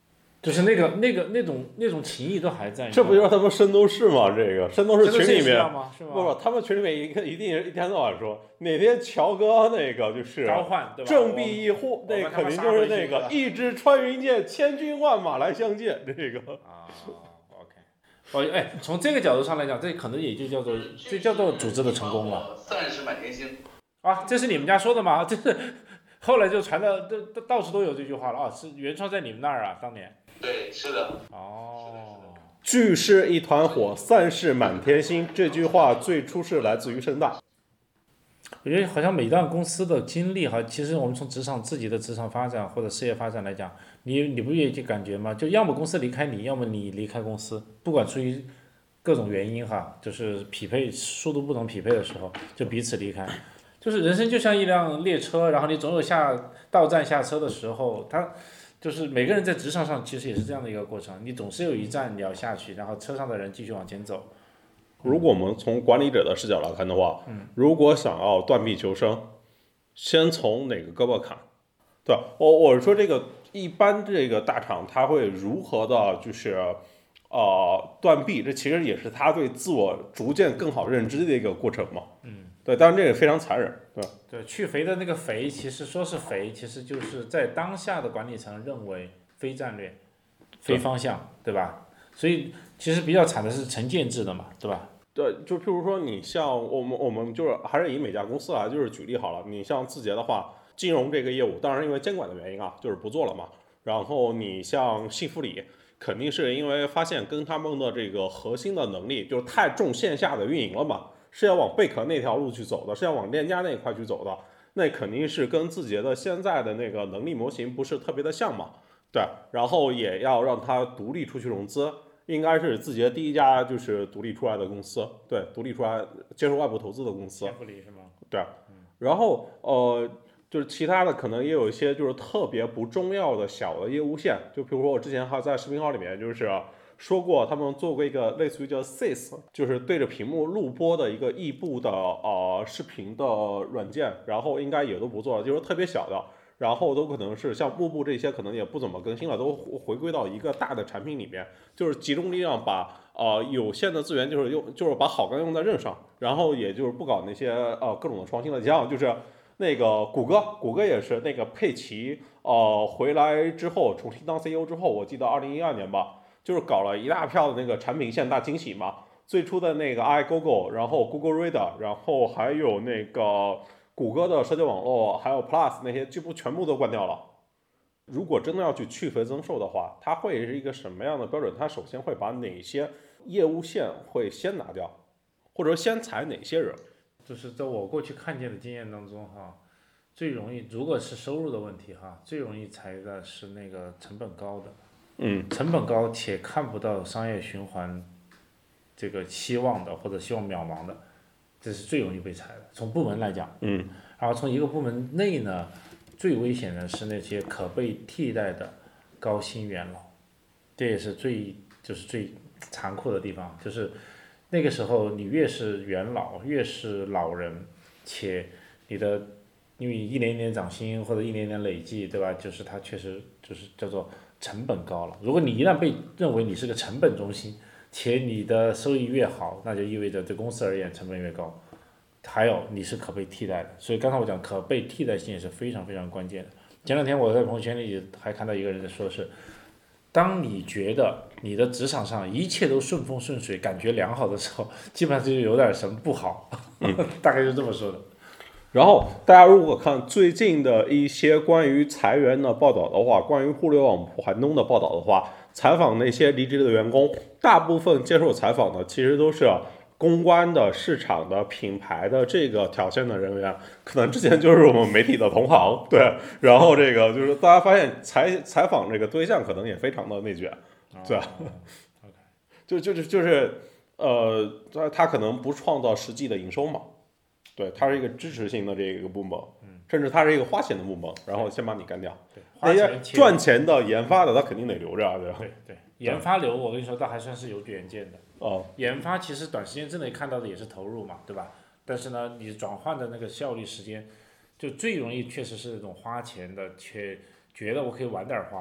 就是那个那个那种那种情谊都还在。 这不就是他们圣斗士吗？这个圣斗士群里面， 不不，他们群里面一个一定一天到晚说哪天乔哥那个就是召唤，对吧？ 振臂一呼，那肯定就是那个一支穿云箭，千军万马来相见。这个啊 ，OK， 哦，哎，从这个角度上来讲，这可能也就叫做就叫做组织的成功了。 散是满天星。 啊，这是你们家说的吗？这是后来就传到这到处都有这句话了啊，是原创在你们那儿啊，当年。 对，是的。 哦。 聚是一团火，散是满天星。这句话最初是来自于盛大。 我觉得好像每段公司的经历哈，其实我们从职场自己的职场发展或者事业发展来讲，你你不也就感觉吗？就要么公司离开你，要么你离开公司，不管出于各种原因哈，就是匹配速度不能匹配的时候，就彼此离开。就是人生就像一辆列车，然后你总有下到站下车的时候，它就是每个人在职场上其实也是这样的一个过程，你总是有一站你要下去，然后车上的人继续往前走。 如果我们从管理者的视角来看的话，嗯，如果想要断臂求生，先从哪个胳膊砍？对，我我是说这个一般这个大厂他会如何的，就是呃断臂，这其实也是他对自我逐渐更好认知的一个过程嘛。 嗯， 对，当然这个非常残忍，对。 对，去肥的那个肥，其实说是肥，其实就是在当下的管理层认为非战略、非方向，对吧？所以其实比较惨的是成建制的嘛，对吧？ 对，就譬如说你像我们，我们就是还是以每家公司来就是举例好了。你像字节的话，金融这个业务，当然因为监管的原因啊，就是不做了嘛。然后你像幸福里，肯定是因为发现跟他们的这个核心的能力就是太重线下的运营了嘛，是要往贝壳那条路去走的，是要往链家那一块去走的。那肯定是跟字节的现在的那个能力模型不是特别的像嘛，对。然后也要让它独立出去融资。应该是字节第一家就是独立出来的公司，对，独立出来接受外部投资的公司。 幸福里是吗？ 对，然后呃，就是其他的可能也有一些就是特别不重要的小的业务线，就比如说我之前还在视频号里面就是说过，他们做过一个类似于叫 S I S， 就是对着屏幕录播的一个异步的呃视频的软件，然后应该也都不做了，就是特别小的。然后都可能是像幕布这些可能也不怎么更新了，都回归到一个大的产品里面，就是集中力量把呃有限的资源就是用就是把好钢用在刃上，然后也就是不搞那些呃各种的创新了。像就是那个谷歌，谷歌也是那个佩奇呃回来之后重新当 C E O 之后，我记得二零一二年吧，就是搞了一大票的那个产品线大惊喜嘛。最初的那个 iGoogle， 然后 Google Reader， 然后还有那个谷歌的社交网络，还有 Plus 那些几乎全部都关掉了。如果真的要去去肥增瘦的话，它会是一个什么样的标准？它首先会把哪些业务线会先拿掉，或者先裁哪些人？ 就是在我过去看见的经验当中哈，最容易如果是收入的问题哈，最容易裁的是那个成本高的， 嗯， 成本高且看不到商业循环这个希望的或者希望渺茫的，这是最容易被裁的。从部门来讲， 嗯， 然后从一个部门内呢，最危险的是那些可被替代的高薪元老，这也是最就是最残酷的地方，就是那个时候你越是元老，越是老人，且你的因为一年年涨薪或者一年年累计，对吧？就是它确实就是叫做成本高了。如果你一旦被认为你是个成本中心，且你的收益越好，那就意味着对公司而言成本越高。还有你是可被替代的，所以刚才我讲可被替代性也是非常非常关键的。前两天我在朋友圈里还看到一个人在说是，当你觉得你的职场上一切都顺风顺水，感觉良好的时候，基本上就有点什么不好，大概就这么说的。 然后大家如果看最近的一些关于裁员的报道的话，关于互联网寒冬的报道的话，采访那些离职的员工，大部分接受采访的其实都是公关的、市场的、品牌的这个条线的人员，可能之前就是我们媒体的同行，对。然后这个就是大家发现采采访这个对象可能也非常的内卷，对。 哦、 就就就就是呃，他他可能不创造实际的营收嘛。对，它是一个支持性的这个部门，甚至它是一个花钱的部门，然后先把你干掉。 那些赚钱的、研发的，它肯定得留着，对吧？ 对对，研发流我跟你说，倒还算是有远见的。 哦， 研发其实短时间之内看到的也是投入嘛，对吧？但是呢，你转换的那个效率时间，就最容易确实是那种花钱的，且觉得我可以晚点花，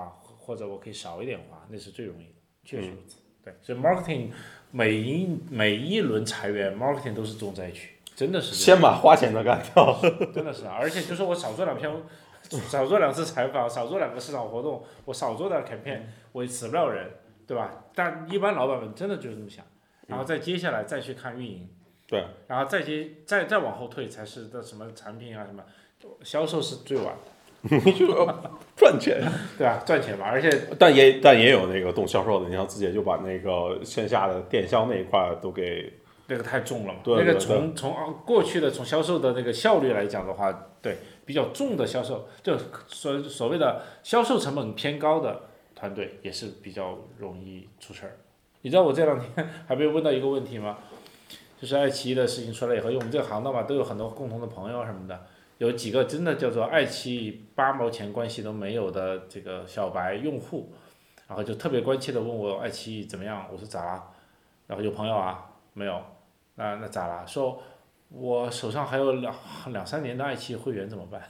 或者我可以少一点花，那是最容易的，确实如此。嗯、对，所以 marketing 每一每一轮裁员 ，marketing 都是重灾区，真的是。 先把花钱的干掉。 真的是，而且就是我少做两篇，少做两次采访，少做两个市场活动，我少做点 campaign， 我也死不了人，对吧？但一般老板们真的就是这么想，然后再接下来再去看运营。 对， 然后再接再再往后退才是的什么产品啊什么，销售是最晚的， 就赚钱， 对啊，赚钱嘛，而且但也但也有那个动销售的，你像自己就把那个线下的电销那一块都给那个太重了嘛， 对对对那个从从过去的从销售的那个效率来讲的话，对比较重的销售，就所所谓的销售成本偏高的团队也是比较容易出事儿。你知道我这两天还被问到一个问题吗？就是爱奇艺的事情出来以后，因为我们这个行当嘛，都有很多共同的朋友什么的，有几个真的叫做爱奇艺八毛钱关系都没有的这个小白用户，然后就特别关切的问我爱奇艺怎么样，我说咋啦？然后有朋友啊，没有，那那咋啦？说我手上还有两两三年的爱奇艺会员怎么办？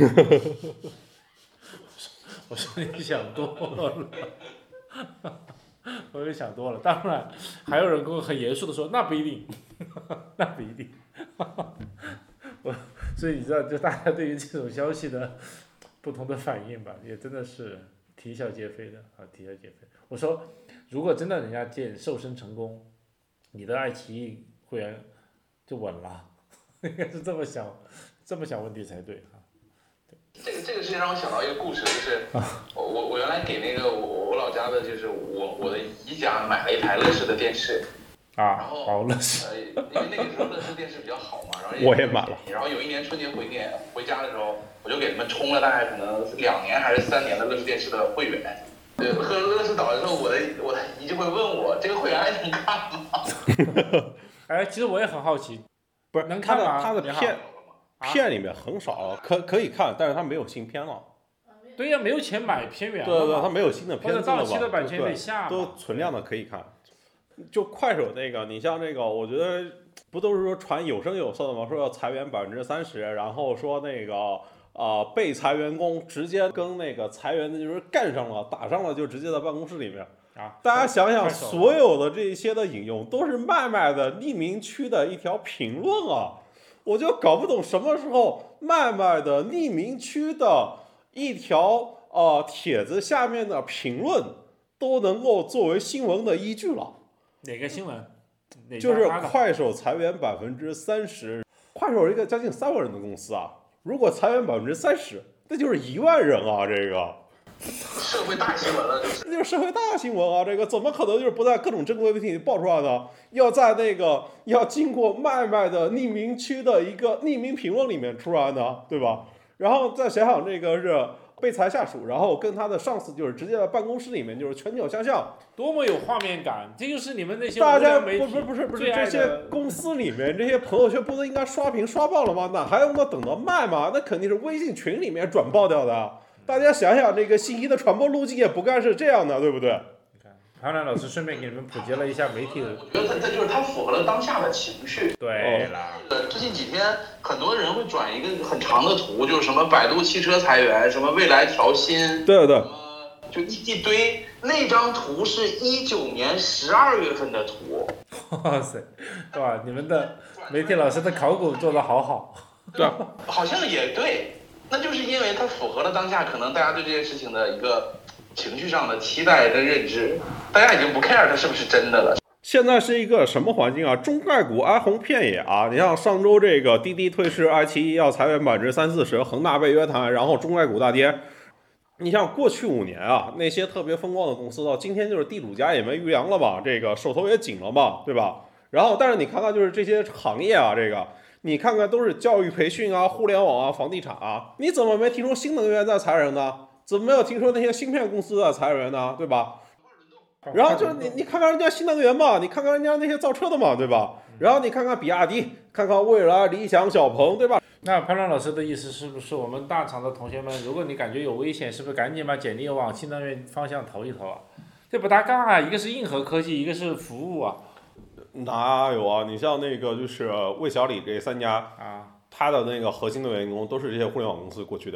我说你想多了。我又想多了，当然还有人跟我很严肃的说，那不一定，那不一定。我所以你知道，就大家对于这种消息的不同的反应吧，也真的是啼笑皆非的啊，啼笑皆非。我说，如果真的人家见瘦身成功，你的爱奇艺会员就稳了，应该是这么想，这么想问题才对啊。 这个这个事情让我想到一个故事，就是我我我原来给那个我我老家的，就是我我的姨家买了一台乐视的电视， 啊， 然后哦乐视， 呃，因为那个时候乐视电视比较好嘛，然后我也买了， 然后有一年春节回年回家的时候，我就给他们充了大概可能两年还是三年的乐视电视的会员。对，喝乐视倒的时候，我的我的姨就会问我，这个会员还能看吗？ 哎，其实我也很好奇， 不是能看吗？ 他的片。片里面很少，可可以看，但是它没有新片了。 对呀、啊，没有钱买片源了。 对对对，它没有新的片子了嘛。 或者到期的版权得下嘛。 都存量的可以看。就快手那个，你像那个，我觉得不都是说传有声有色的吗？说要裁员百分之三十，然后说那个啊、呃、被裁员工直接跟那个裁员的就是干上了，打上了，就直接在办公室里面。 啊， 大家想想，所有的这些的引用都是麦麦的匿名区的一条评论啊。我就搞不懂什么时候麦麦的匿名区的一条呃帖子下面的评论都能够作为新闻的依据了。 哪个新闻？ 就是快手裁员百分之三十，快手是一个将近三万人的公司啊，如果裁员百分之三十，那就是一万人啊，这个。 社会大新闻了，就是这就是社会大新闻啊！这个怎么可能就是不在各种正规媒体里爆出来的？要在那个要经过麦麦的匿名区的一个匿名评论里面出来的，对吧？然后再想想这个是被裁下属，然后跟他的上司就是直接在办公室里面就是拳脚相向， 多么有画面感！这就是你们那些大家不不不是不是这些公司里面这些朋友圈不都应该刷屏刷爆了吗？哪还用到等到卖吗？那肯定是微信群里面转爆掉的。大家想想，这个信息的传播路径也不该是这样的，对不对？ 你看，庞然老师顺便给你们普及了一下媒体的。 我觉得他他就是他符合了当下的情绪。 对啦。 呃，最近几天很多人会转一个很长的图，就是什么百度汽车裁员，什么未来调薪， 对对， 就一一堆。那张图是一九年十二月份的图。 哇塞，哇，你们的媒体老师的考古做得好好。 对， 好像也对。那就是因为它符合了当下可能大家对这件事情的一个情绪上的期待跟认知，大家已经不 care 它是不是真的了。 现在是一个什么环境啊？中概股哀鸿遍野啊！你像上周这个滴滴退市，爱奇艺要裁员百分之三四十，恒大被约谈，然后中概股大跌。你像过去五年啊，那些特别风光的公司到今天就是地主家也没余粮了吧？这个手头也紧了嘛，对吧？然后但是你看看就是这些行业啊，这个。你看看都是教育培训啊、互联网啊、房地产啊，你怎么没听说新能源在裁人呢？怎么没有听说那些芯片公司在裁人呢？对吧？然后就是你你看看人家新能源嘛，你看看人家那些造车的嘛，对吧？然后你看看比亚迪，看看蔚来、理想、小鹏，对吧？ 那潘乱老师的意思是不是我们大厂的同学们，如果你感觉有危险，是不是赶紧把简历往新能源方向投一投啊？这不搭嘎啊，一个是硬核科技，一个是服务啊。 哪有啊？你像那个就是魏小李这三家啊，他的那个核心的员工都是这些互联网公司过去的呀。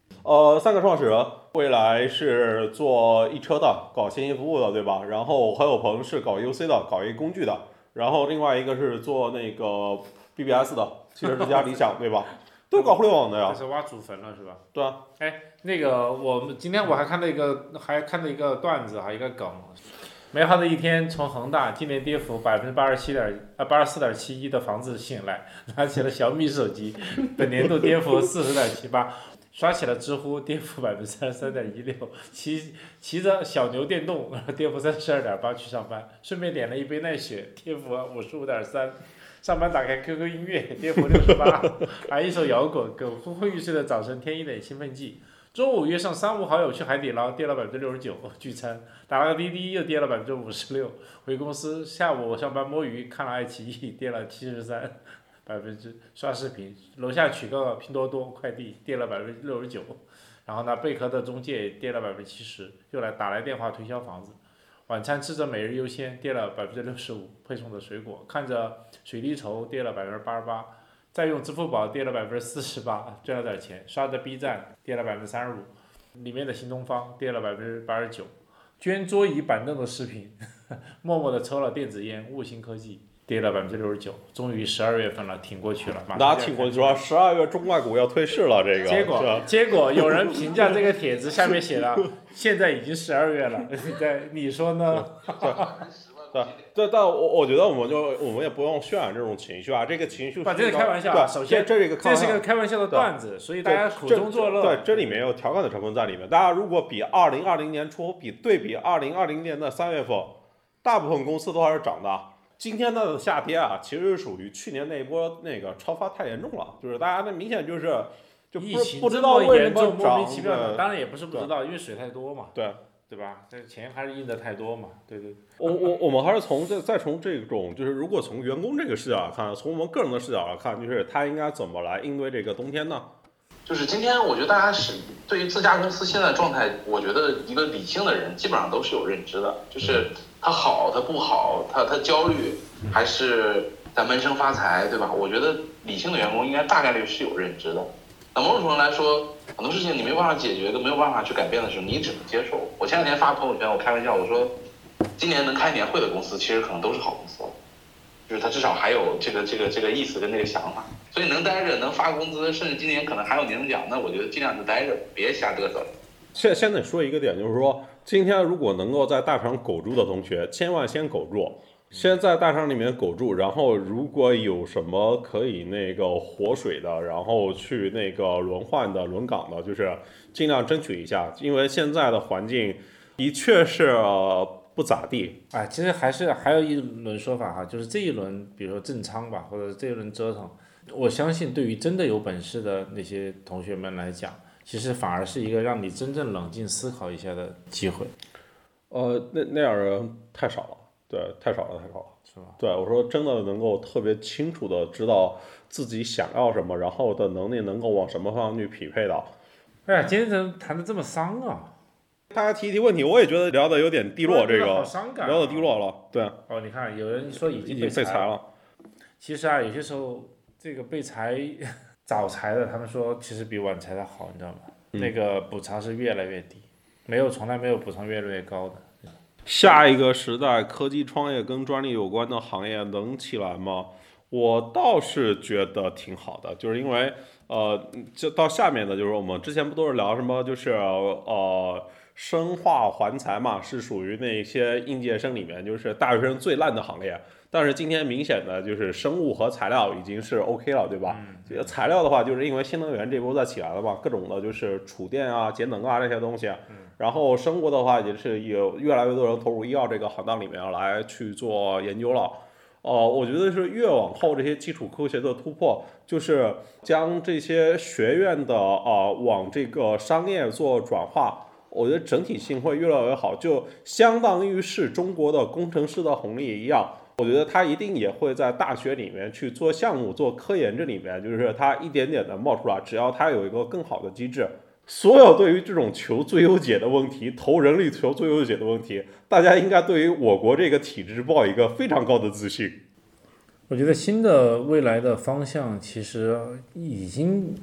呃，三个创始人，未来是做一车的，搞信息服务的，对吧？然后何有鹏是搞 U C 的，搞一个工具的，然后另外一个是做那个 B B S 的，汽车之家理想，对吧？都搞互联网的呀。 这是挖祖坟了是吧？ 对啊。 哎，那个我们今天我还看到一个，还看到一个段子，还有一个梗。美好的一天，从恒大今年跌幅百分之八十七点呃八十四点七一的房子醒来，拿起了小米手机，本年度跌幅四十点七八。刷起了知乎，跌幅百分之三十三点一六，骑骑着小牛电动，跌幅三十二点八去上班，顺便点了一杯奈雪，跌幅五十五点三。上班打开 Q Q 音乐，跌幅六十八，来一首摇滚，给昏昏欲睡的早晨添一点兴奋剂。中午约上三五好友去海底捞，跌了百分之六十九，聚餐打了个滴滴又跌了百分之五十六，回公司下午上班摸鱼看了爱奇艺，跌了七十三。百分之刷视频，楼下取个拼多多快递跌了百分之六十九，然后呢，贝壳的中介跌了百分之七十，又来打来电话推销房子，晚餐吃着每日优鲜跌了百分之六十五，配送的水果，看着水滴筹跌了百分之八十八，再用支付宝跌了百分之四十八，赚了点钱，刷着 B 站跌了百分之三十五，里面的新东方跌了百分之八十九，捐桌椅板凳的视频，默默的抽了电子烟，悟星科技。跌了百分之六十九，终于十二月份了，挺过去了。 那挺过去了，十二月中外股要退市了，这个。 结果结果有人评价这个帖子下面写了，现在已经十二月了，对，你说呢？ 对对对，但我我觉得我们就我们也不用渲染这种情绪啊，这个情绪。 不，这是开玩笑。首先， 这是一个这是个开玩笑的段子，所以大家苦中作乐。 对，这里面有调侃的成分在里面。大家如果比二零二零年初比对比二零二零年的三月份，大部分公司都还是涨的。今天的下跌啊，其实是属于去年那一波那个超发太严重了，就是大家那明显就是就不不知道为什么涨， 莫名其妙的，当然也不是不知道，因为水太多嘛， 对对吧？这钱还是印的太多嘛，对对。 我我我们还是从这再从这种就是如果从员工这个视角来看，从我们个人的视角来看，就是他应该怎么来应对这个冬天呢？ 就是今天我觉得大家是对于自家公司现在的状态，我觉得一个理性的人基本上都是有认知的，就是他好他不好，他他焦虑还是在闷声发财，对吧？我觉得理性的员工应该大概率是有认知的。那某种程度来说，很多事情你没有办法解决跟没有办法去改变的时候，你只能接受。我前两天发朋友圈，我开玩笑我说，今年能开年会的公司其实可能都是好公司，就是他至少还有这个这个这个意思跟这个想法。所以能待着能发工资，甚至今年可能还有年终奖，那我觉得尽量就待着，别瞎嘚瑟。 现现在说一个点，就是说今天如果能够在大厂苟住的同学，千万先苟住，先在大厂里面苟住，然后如果有什么可以那个活水的，然后去那个轮换的、轮岗的，就是尽量争取一下，因为现在的环境的确是不咋地。 哎，其实还是还有一轮说法哈，就是这一轮，比如说正仓吧，或者这一轮折腾。我相信对于真的有本事的那些同学们来讲，其实反而是一个让你真正冷静思考一下的机会。 呃，那那样人太少了，对，太少了，太少了， 是吧？ 对，我说真的能够特别清楚的知道自己想要什么，然后的能力能够往什么方向去匹配到。 哎呀，今天怎么谈的这么丧啊？ 大家提一提问题，我也觉得聊的有点低落，这个好伤感、啊， 聊的低落了，对。 哦，你看，有人说已经被裁了。 其实啊，有些时候。这个被裁早裁的，他们说其实比晚裁的好，你知道吗？嗯、那个补偿是越来越低，没有从来没有补偿越来越高的。 下一个时代，科技创业跟专利有关的行业能起来吗？我倒是觉得挺好的，就是因为呃，就到下面的就是我们之前不都是聊什么，就是呃。生化环材嘛，是属于那些应届生里面就是大学生最烂的行业。但是今天明显的就是生物和材料已经是 OK 了，对吧？嗯、材料的话，就是因为新能源这波在起来了嘛，各种的就是储电啊、节能啊这些东西。嗯、然后生物的话，也是有越来越多人投入医药这个行当里面来去做研究了。哦、呃，我觉得是越往后这些基础科学的突破，就是将这些学院的啊、呃、往这个商业做转化。我觉得整体性会越来越好，就相当于是中国的工程师的红利一样。我觉得他一定也会在大学里面去做项目、做科研，这里面就是他一点点的冒出来。只要他有一个更好的机制，所有对于这种求最优解的问题、投人力求最优解的问题，大家应该对于我国这个体制抱一个非常高的自信。 我觉得新的未来的方向其实已经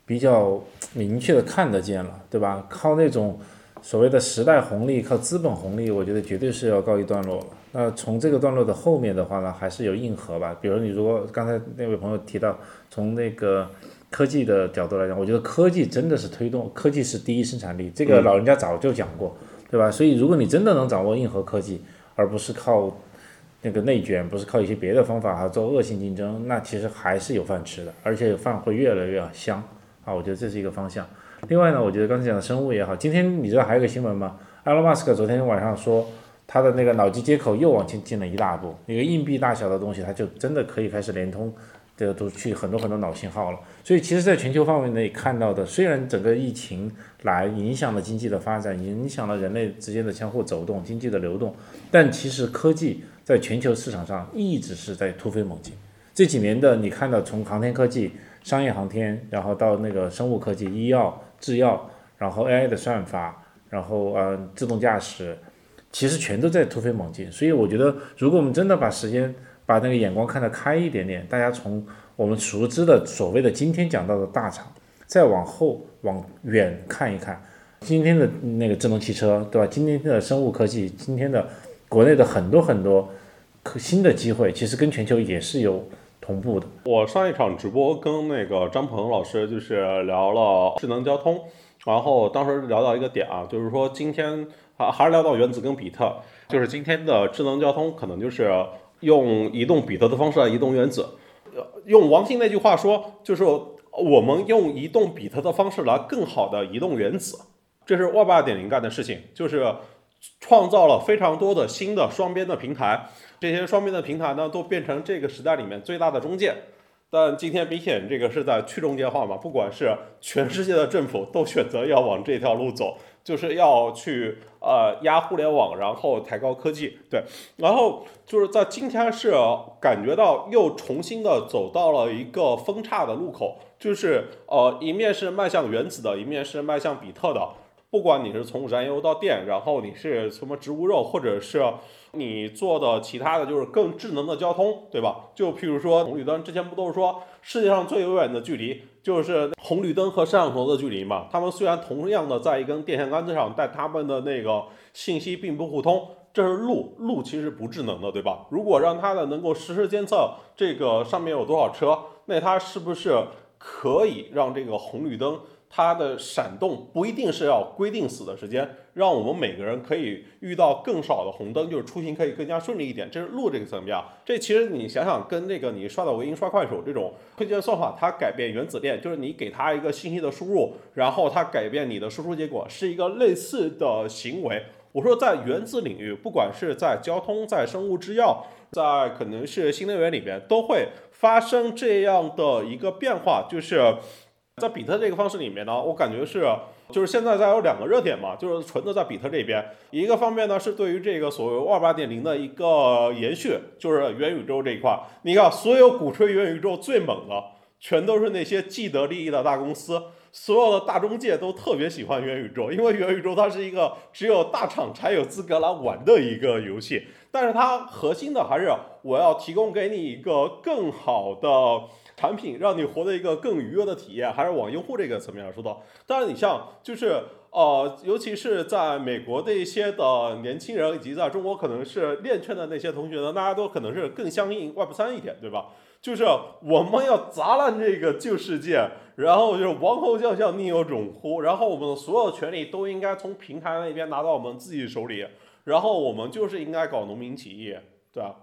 比较明确的看得见了，对吧？靠那种所谓的时代红利，靠资本红利，我觉得绝对是要告一段落了。那从这个段落的后面的话呢，还是有硬核吧。比如你如果刚才那位朋友提到，从那个科技的角度来讲，我觉得科技真的是推动，科技是第一生产力，这个老人家早就讲过，对吧？所以如果你真的能掌握硬核科技，而不是靠那个内卷，不是靠一些别的方法哈做恶性竞争，那其实还是有饭吃的，而且饭会越来越香啊！我觉得这是一个方向。另外呢，我觉得刚才讲的生物也好，今天你知道还有个新闻吗？埃隆·马斯克昨天晚上说，他的那个脑机接口又往前进了一大步，一个硬币大小的东西，它就真的可以开始连通。这个都去很多很多脑信号了，所以其实在全球范围内看到的，虽然整个疫情来影响了经济的发展，影响了人类之间的相互走动、经济的流动，但其实科技在全球市场上一直是在突飞猛进。这几年的你看到从航天科技、商业航天，然后到那个生物科技、医药、制药，然后 A I 的算法，然后呃自动驾驶，其实全都在突飞猛进。所以我觉得，如果我们真的把时间把那个眼光看得开一点点，大家从我们熟知的所谓的今天讲到的大厂，再往后往远看一看，今天的那个智能汽车，对吧？今天的生物科技，今天的国内的很多很多新的机会，其实跟全球也是有同步的。 我上一场直播跟那个张鹏老师就是聊了智能交通，然后当时聊到一个点啊，就是说今天还还是聊到原子跟比特，就是今天的智能交通可能就是用移动比特的方式来移动原子，用王兴那句话说，就是我们用移动比特的方式来更好的移动原子，这是 Web 二点零 干的事情，就是创造了非常多的新的双边的平台，这些双边的平台呢，都变成这个时代里面最大的中介。但今天明显这个是在去中介化嘛，不管是全世界的政府都选择要往这条路走，就是要去呃压互联网，然后抬高科技，对，然后就是在今天是感觉到又重新的走到了一个分叉的路口，就是呃一面是迈向原子的，一面是迈向比特的。不管你是从燃油到电，然后你是什么植物肉，或者是你做的其他的就是更智能的交通，对吧？就譬如说红绿灯，之前不都是说世界上最遥远的距离就是红绿灯和摄像头的距离嘛？他们虽然同样的在一根电线杆子上，但他们的那个信息并不互通。这是路，路其实不智能的，对吧？如果让它的能够实时监测这个上面有多少车，那它是不是可以让这个红绿灯它的闪动不一定是要规定死的时间，让我们每个人可以遇到更少的红灯，就是出行可以更加顺利一点。这是路这个层面，这其实你想想，跟那个你刷抖音、刷快手这种推荐算法，它改变原子链，就是你给它一个信息的输入，然后它改变你的输出结果，是一个类似的行为。我说在原子领域，不管是在交通、在生物制药、在可能是新能源里边，都会发生这样的一个变化，就是在比特这个方式里面呢，我感觉是，就是现在在有两个热点嘛，就是纯的在比特这边，一个方面呢是对于这个所谓 Web 二点零 的一个延续，就是元宇宙这一块。你看，所有鼓吹元宇宙最猛的，全都是那些既得利益的大公司，所有的大中介都特别喜欢元宇宙，因为元宇宙它是一个只有大厂才有资格来玩的一个游戏，但是它核心的还是我要提供给你一个更好的产品，让你活得一个更愉悦的体验，还是往用户这个层面来说的。当然你像就是呃，尤其是在美国的一些的年轻人，以及在中国可能是链圈的那些同学呢，大家都可能是更相应 Web 三 一点，对吧？就是我们要砸烂这个旧世界，然后就是王侯将相宁有种乎，然后我们的所有权利都应该从平台那边拿到我们自己手里，然后我们就是应该搞农民起义，对吧？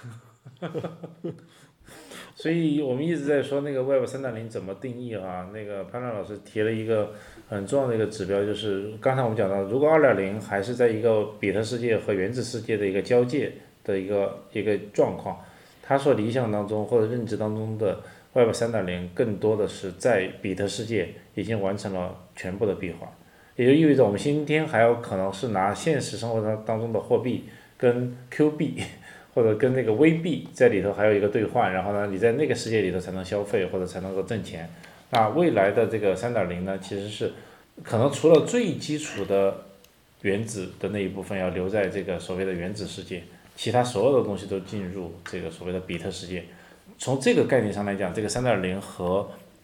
所以我们一直在说那个 Web 三点零 怎么定义啊？那个潘乱老师提了一个很重要的一个指标，就是刚才我们讲到，如果 二点零 还是在一个比特世界和原子世界的一个交界的一个一个状况，他说理想当中或者认知当中的 Web 三点零 更多的是在比特世界已经完成了全部的闭环，也就意味着我们今天还有可能是拿现实生活当中的货币跟 Q 币或者跟那个微币在里头还有一个兑换，然后呢你在那个世界里头才能消费或者才能够挣钱。那未来的这个 三点零 呢，其实是可能除了最基础的原子的那一部分要留在这个所谓的原子世界，其他所有的东西都进入这个所谓的比特世界。从这个概念上来讲，这个 三点零 和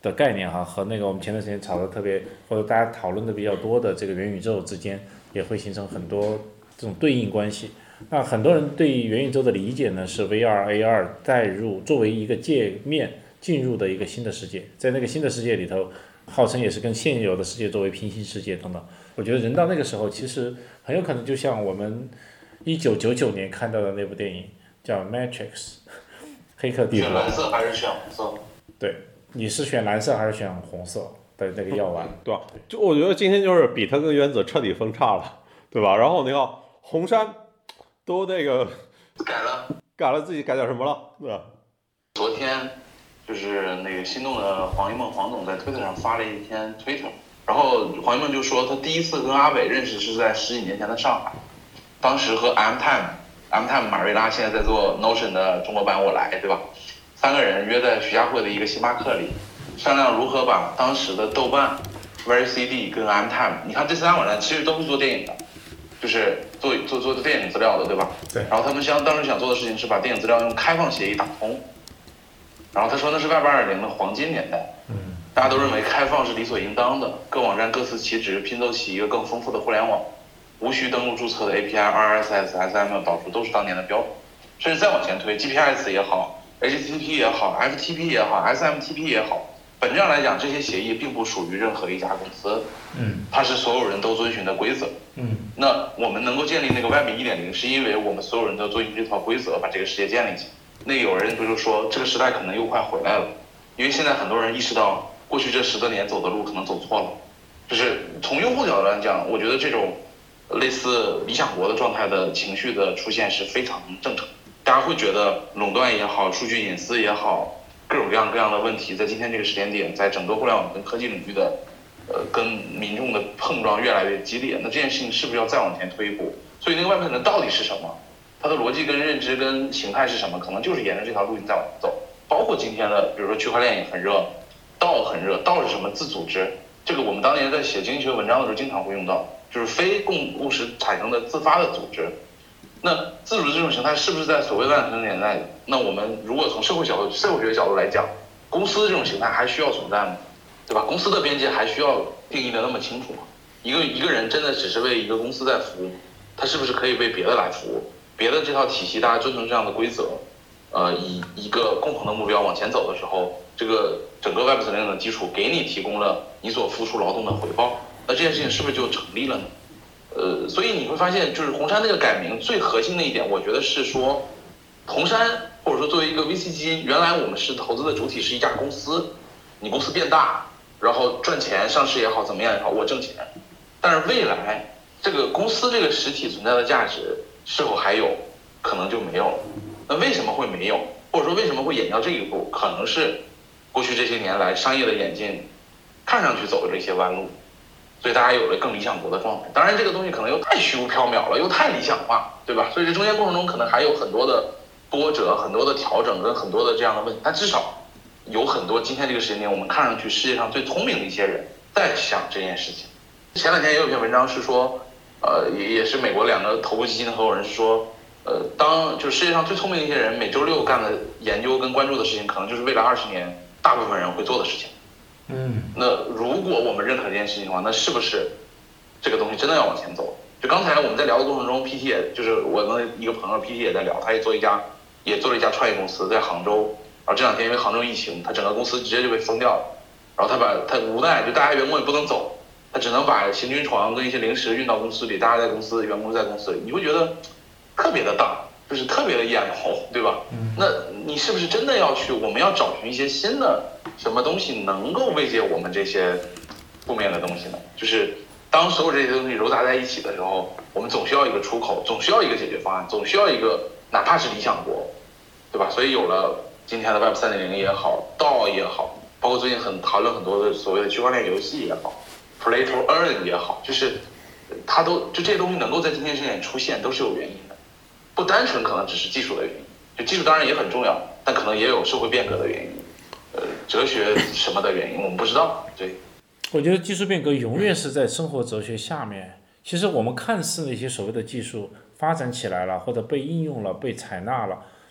的概念哈，和那个我们前段时间炒的特别或者大家讨论的比较多的这个元宇宙之间也会形成很多这种对应关系。那很多人对元宇宙的理解呢是 V R、A R 带入作为一个界面进入的一个新的世界，在那个新的世界里头，号称也是跟现有的世界作为平行世界等等。我觉得人到那个时候，其实很有可能就像我们一九九九年看到的那部电影叫《Matrix》黑客帝国。 选蓝色还是选红色？ 对，你是选蓝色还是选红色的那个药丸？ 对吧？就我觉得今天就是比特跟原子彻底分叉了，对吧？然后你看红杉都那个改了， 改了自己改点什么了，对吧？ 昨天就是那个心动的黄一梦黄总在推特上发了一篇推特，然后黄一梦就说他第一次跟阿伟认识是在十几年前的上海，当时和 M Time M Time 马瑞拉现在在做 Notion 的中国版我来，对吧？三个人约在徐家汇的一个星巴克里，商量如何把当时的豆瓣、Very C D 跟 M Time， 你看这三网站其实都是做电影的，就是做做做电影资料的，对吧？ 对。 然后他们想当时想做的事情是把电影资料用开放协议打通。然后他说那是 Web 二点零 的黄金年代，嗯，大家都认为开放是理所应当的，各网站各司其职，拼凑起一个更丰富的互联网，无需登录注册的 A P I、R S S、S M L 导出都是当年的标准，甚至再往前推 G P S 也好 ，H T T P 也好 ，F T P 也好 ，S M T P 也好，本质上来讲，这些协议并不属于任何一家公司，嗯，它是所有人都遵循的规则，嗯，那我们能够建立那个 Web 一点零，是因为我们所有人都遵循这套规则，把这个世界建立起来。那有人不是说这个时代可能又快回来了，因为现在很多人意识到过去这十多年走的路可能走错了，就是从用户角度来讲，我觉得这种类似理想国的状态的情绪的出现是非常正常，大家会觉得垄断也好，数据隐私也好，各种各样各样的问题在今天这个时间点，在整个互联网跟科技领域的呃跟民众的碰撞越来越激烈，那这件事情是不是要再往前推一步？所以那个外面的到底是什么，它的逻辑跟认知跟形态是什么，可能就是沿着这条路你再往前走。包括今天的比如说区块链也很热，道很热，道是什么？自组织，这个我们当年在写经济学文章的时候经常会用到，就是非共共识产生的自发的组织。那自组织这种形态是不是在所谓万能年代？那我们如果从社会角度、社会学角度来讲，公司这种形态还需要存在吗？对吧？公司的边界还需要定义的那么清楚吗？一个一个人真的只是为一个公司在服务，他是不是可以为别的来服务？别的这套体系大家遵从这样的规则，呃，以一个共同的目标往前走的时候，这个整个 Web 三点零 的基础给你提供了你所付出劳动的回报，那这件事情是不是就成立了呢？呃，所以你会发现，就是红杉那个改名最核心的一点，我觉得是说，红杉或者说作为一个 V C 基金，原来我们是投资的主体是一家公司，你公司变大，然后赚钱，上市也好，怎么样也好，我挣钱，但是未来这个公司这个实体存在的价值是否还有，可能就没有了。那为什么会没有？或者说为什么会演到这一步？可能是过去这些年来商业的演进，看上去走的这些弯路，所以大家有了更理想国的状态。当然，这个东西可能又太虚无缥缈了，又太理想化，对吧？所以这中间过程中可能还有很多的波折、很多的调整跟很多的这样的问题。但至少有很多今天这个时间点，我们看上去世界上最聪明的一些人在想这件事情。前两天也有一篇文章是说。呃，也也是美国两个头部基金的合伙人是说，呃，当就是世界上最聪明的一些人每周六干的研究跟关注的事情，可能就是未来二十年大部分人会做的事情。嗯，那如果我们认可这件事情的话，那是不是这个东西真的要往前走？就刚才我们在聊的过程中 ，P T 也就是我的一个朋友 P T 也在聊，他也做一家也做了一家创业公司在杭州，然后这两天因为杭州疫情，他整个公司直接就被封掉了，然后他把他无奈就大家员工也不能走。他只能把行军床跟一些零食运到公司里，大家在公司，员工在公司里，你会觉得特别的大，就是特别的眼红，对吧？那你是不是真的要去？我们要找寻一些新的什么东西能够慰藉我们这些负面的东西呢？就是当所有这些东西糅杂在一起的时候，我们总需要一个出口，总需要一个解决方案，总需要一个哪怕是理想国，对吧？所以有了今天的 Web 三点零 也好 ，D A O 也好，包括最近很讨论很多的所谓的区块链游戏也好。Play to earn 也好，就是它都就这些东西能够在今天这点出现，都是有原因的，不单纯可能只是技术的原因，就技术当然也很重要，但可能也有社会变革的原因，呃，哲学什么的原因，我们不知道。对， 我觉得技术变革永远是在生活哲学下面。其实我们看似那些所谓的技术发展起来了，或者被应用了、被采纳了，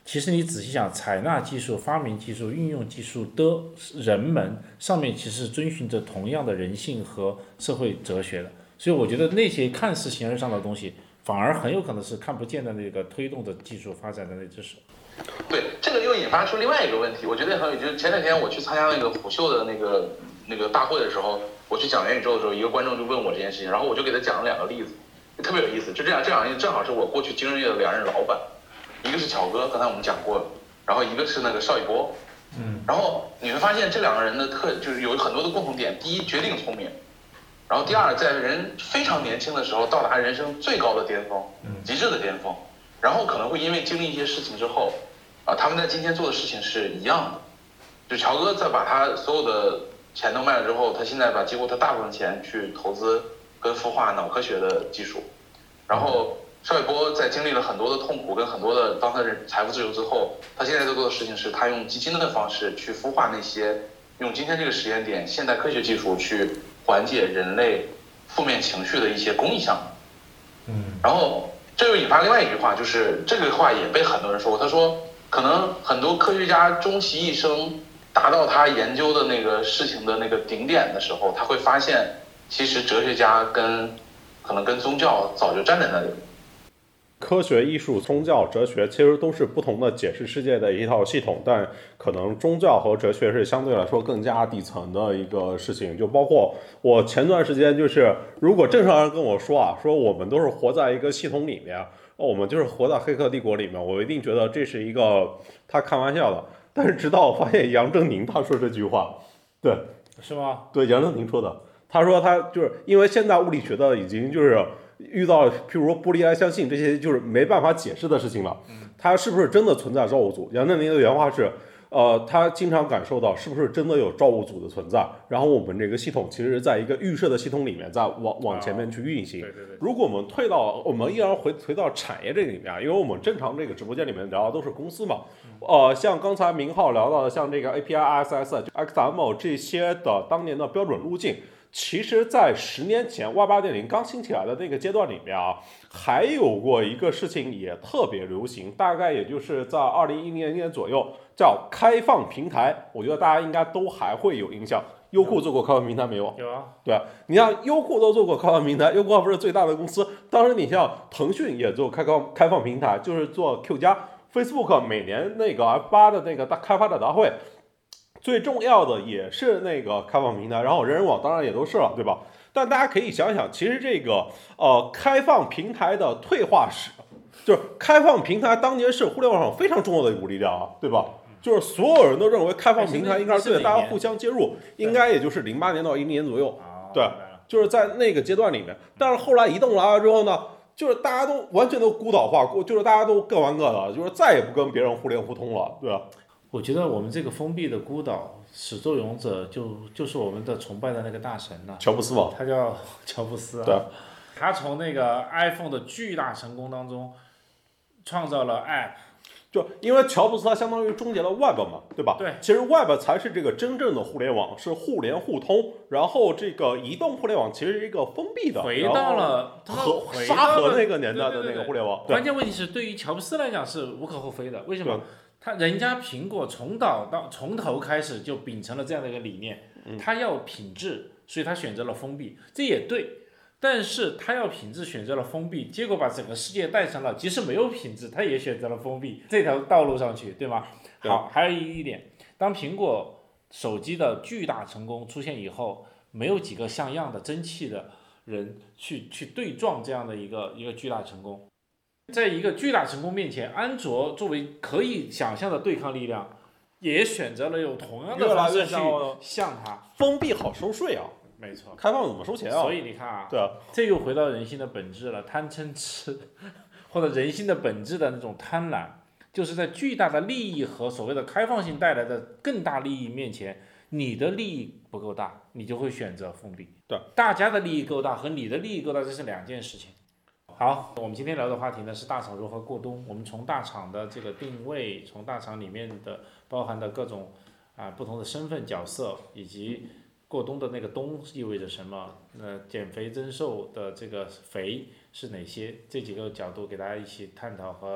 其实你仔细想，采纳技术、发明技术、运用技术的人们上面，其实遵循着同样的人性和社会哲学的。所以我觉得那些看似形而上的东西，反而很有可能是看不见的那个推动着技术发展的那只手。 对，这个又引发出另外一个问题，我觉得很有，就是前两天我去参加那个虎嗅的那个那个大会的时候，我去讲元宇宙的时候，一个观众就问我这件事情，然后我就给他讲了两个例子，特别有意思。就这样，这两个正好是我过去金融业的两任老板，一个是乔哥，刚才我们讲过了，然后一个是那个邵一波。嗯，然后你会发现这两个人的特就是有很多的共同点，第一，绝顶聪明。然后第二，在人非常年轻的时候到达人生最高的巅峰，极致的巅峰，然后可能会因为经历一些事情之后，啊，他们在今天做的事情是一样的。就乔哥在把他所有的钱都卖了之后，他现在把几乎他大部分钱去投资跟孵化脑科学的技术，然后邵一波在经历了很多的痛苦跟很多的当他的财富自由之后，他现在在做的事情是他用基金的方式去孵化那些用今天这个时间点现代科学技术去缓解人类负面情绪的一些公益项目。嗯，然后这又引发另外一句话，就是这个话也被很多人说过，他说可能很多科学家终其一生达到他研究的那个事情的那个顶点的时候，他会发现其实哲学家跟可能跟宗教早就站在那里。 科学、艺术、宗教、哲学其实都是不同的解释世界的一套系统，但可能宗教和哲学是相对来说更加底层的一个事情。就包括我前段时间就是，如果正常人跟我说啊，说我们都是活在一个系统里面，我们就是活在黑客帝国里面，我一定觉得这是一个他开玩笑的。但是直到我发现杨振宁他说这句话，对， 是吗？ 对，杨振宁说的，他说他就是因为现代物理学的已经就是遇到譬如说波粒爱相信这些就是没办法解释的事情了，他是不是真的存在造物主？杨振宁的原话是，呃，他经常感受到是不是真的有造物主的存在，然后我们这个系统其实在一个预设的系统里面在往往前面去运行。 对对对。 如果我们退到我们依然回回到产业这个里面，因为我们正常这个直播间里面聊的都是公司嘛，呃，像刚才明浩聊到的，像这个 A P I R S S、X M L 这些的当年的标准路径。其实，在十年前 Web 二点零 刚兴起来的那个阶段里面啊，还有过一个事情也特别流行，大概也就是在二零一零年左右，叫开放平台。我觉得大家应该都还会有印象。优酷做过开放平台没有？ 有啊。 对啊，你像优酷都做过开放平台，优酷不是最大的公司。当时你像腾讯也做开放开放平台，就是做 Q 加 ，Facebook 每年那个 F 八 的那个大开发者大会。最重要的也是那个开放平台，然后人人网当然也都是了，对吧？但大家可以想想，其实这个呃开放平台的退化史，就是开放平台当年是互联网上非常重要的一股力量啊，对吧？就是所有人都认为开放平台应该是对的，大家互相接入，应该也就是零八年到一零年左右，对，就是在那个阶段里面。但是后来移动来了之后呢，就是大家都完全都孤岛化，就是大家都各玩各的，就是再也不跟别人互联互通了，对吧？ 我觉得我们这个封闭的孤岛始作俑者就就是我们的崇拜的那个大神呐、啊， 乔布斯嘛， 他叫乔布斯啊。 对， 他从那个 iPhone 的巨大成功当中创造了 App， 就因为乔布斯他相当于终结了 Web 嘛，对吧？ 对， 其实 Web 才是这个真正的互联网，是互联互通。然后这个移动互联网其实是一个封闭的， 回到了和沙盒那个年代的那个互联网。 关键问题是对于乔布斯来讲是无可厚非的，为什么？他人家苹果从导到从头开始就秉承了这样的一个理念，他要品质，所以他选择了封闭，这也对。但是他要品质，选择了封闭，结果把整个世界带成了即使没有品质，他也选择了封闭这条道路上去，对吗？好，还有一点，当苹果手机的巨大成功出现以后，没有几个像样的争气的人去去对撞这样的一个一个巨大成功。在一个巨大成功面前，安卓作为可以想象的对抗力量，也选择了用同样的方式去向它。 封闭好收税啊， 没错。 开放怎么收钱啊？ 所以你看啊， 对啊， 这又回到人性的本质了，贪嗔痴，或者人性的本质的那种贪婪，就是在巨大的利益和所谓的开放性带来的更大利益面前，你的利益不够大，你就会选择封闭。 对， 大家的利益够大和你的利益够大，这是两件事情。好，我们今天聊的话题呢是大厂如何过冬。我们从大厂的这个定位，从大厂里面的包含的各种啊、呃、不同的身份角色，以及过冬的那个冬意味着什么，呃，减肥增瘦的这个肥是哪些，这几个角度给大家一起探讨和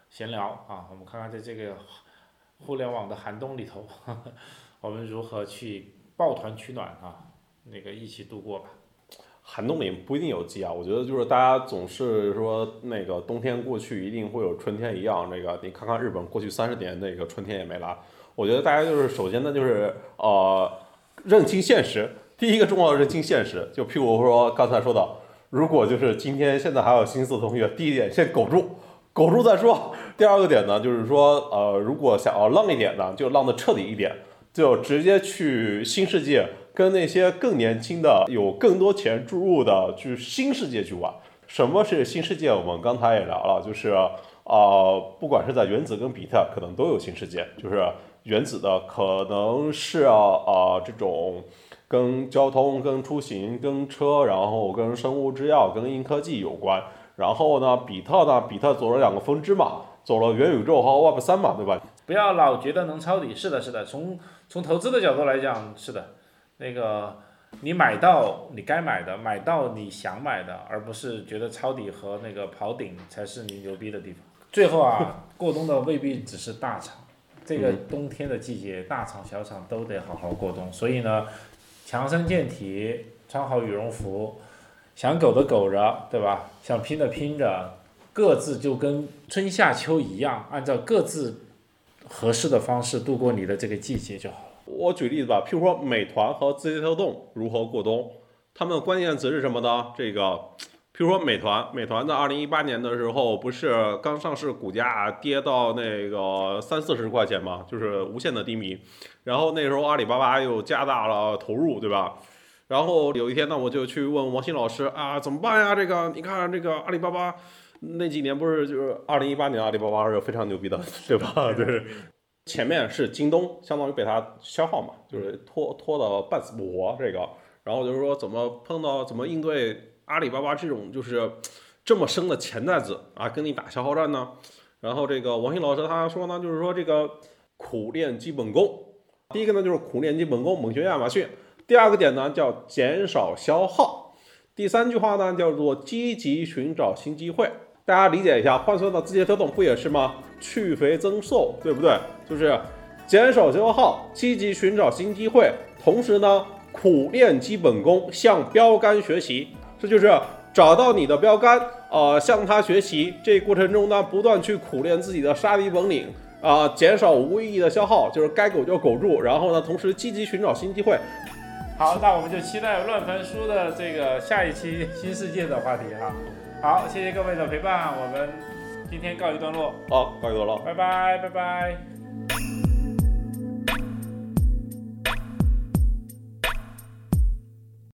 闲聊啊，我们看看在这个互联网的寒冬里头，呵呵我们如何去抱团取暖啊，那个一起度过吧。 寒冬里不一定有鸡啊，我觉得就是大家总是说那个冬天过去一定会有春天一样，那个你看看日本过去三十年那个春天也没来。我觉得大家就是首先呢就是呃认清现实，第一个重要的认清现实，就譬如说刚才说的，如果就是今天现在还有新四同学，第一点先苟住，苟住再说。第二个点呢就是说呃如果想要浪一点呢，就浪得彻底一点，就直接去新世界。跟那些更年轻的、有更多钱注入的去新世界去玩。什么是新世界？我们刚才也聊了，就是啊、呃，不管是在原子跟比特，可能都有新世界。就是原子的可能是啊、呃、这种跟交通、跟出行、跟车，然后跟生物制药、跟硬科技有关。然后呢，比特呢，比特走了两个分支嘛，走了元宇宙和 Web 三嘛，对吧？ 不要老觉得能抄底，是的，是的，从从投资的角度来讲，是的。那个，你买到你该买的，买到你想买的，而不是觉得抄底和那个跑顶才是你牛逼的地方。最后啊，过冬的未必只是大厂，这个冬天的季节，大厂小厂都得好好过冬。所以呢，强身健体，穿好羽绒服，想苟的苟着，对吧？想拼的拼着，各自就跟春夏秋一样，按照各自合适的方式度过你的这个季节就好了。 我举例子吧，譬如说美团和字节跳动如何过冬，他们的关键词是什么呢？这个，譬如说美团，美团在二零一八年的时候不是刚上市，股价跌到那个三四十块钱嘛，就是无限的低迷。然后那时候阿里巴巴又加大了投入，对吧？然后有一天呢，我就去问王鑫老师啊，怎么办呀？这个你看这个阿里巴巴那几年不是就是二零一八年阿里巴巴是非常牛逼的，对吧？对。前面是京东，相当于被它消耗嘛，就是拖拖的半死不活这个，然后就是说怎么碰到怎么应对阿里巴巴这种就是这么深的潜在子啊，跟你打消耗战呢？然后这个王鑫老师他说呢，就是说这个苦练基本功，第一个呢就是苦练基本功，猛学亚马逊；第二个点呢叫减少消耗；第三句话呢叫做积极寻找新机会。大家理解一下，换算到字节跳动不也是吗？去肥增瘦，对不对？就是减少消耗，积极寻找新机会，同时呢，苦练基本功，向标杆学习。这就是找到你的标杆，呃，向他学习。这过程中呢，不断去苦练自己的杀敌本领，啊、呃，减少无意义的消耗，就是该苟就苟住。然后呢，同时积极寻找新机会。 好，那我们就期待乱翻书的这个下一期新世界的话题哈。好，谢谢各位的陪伴，我们今天告一段落。 好，告一段落， 拜拜，拜拜。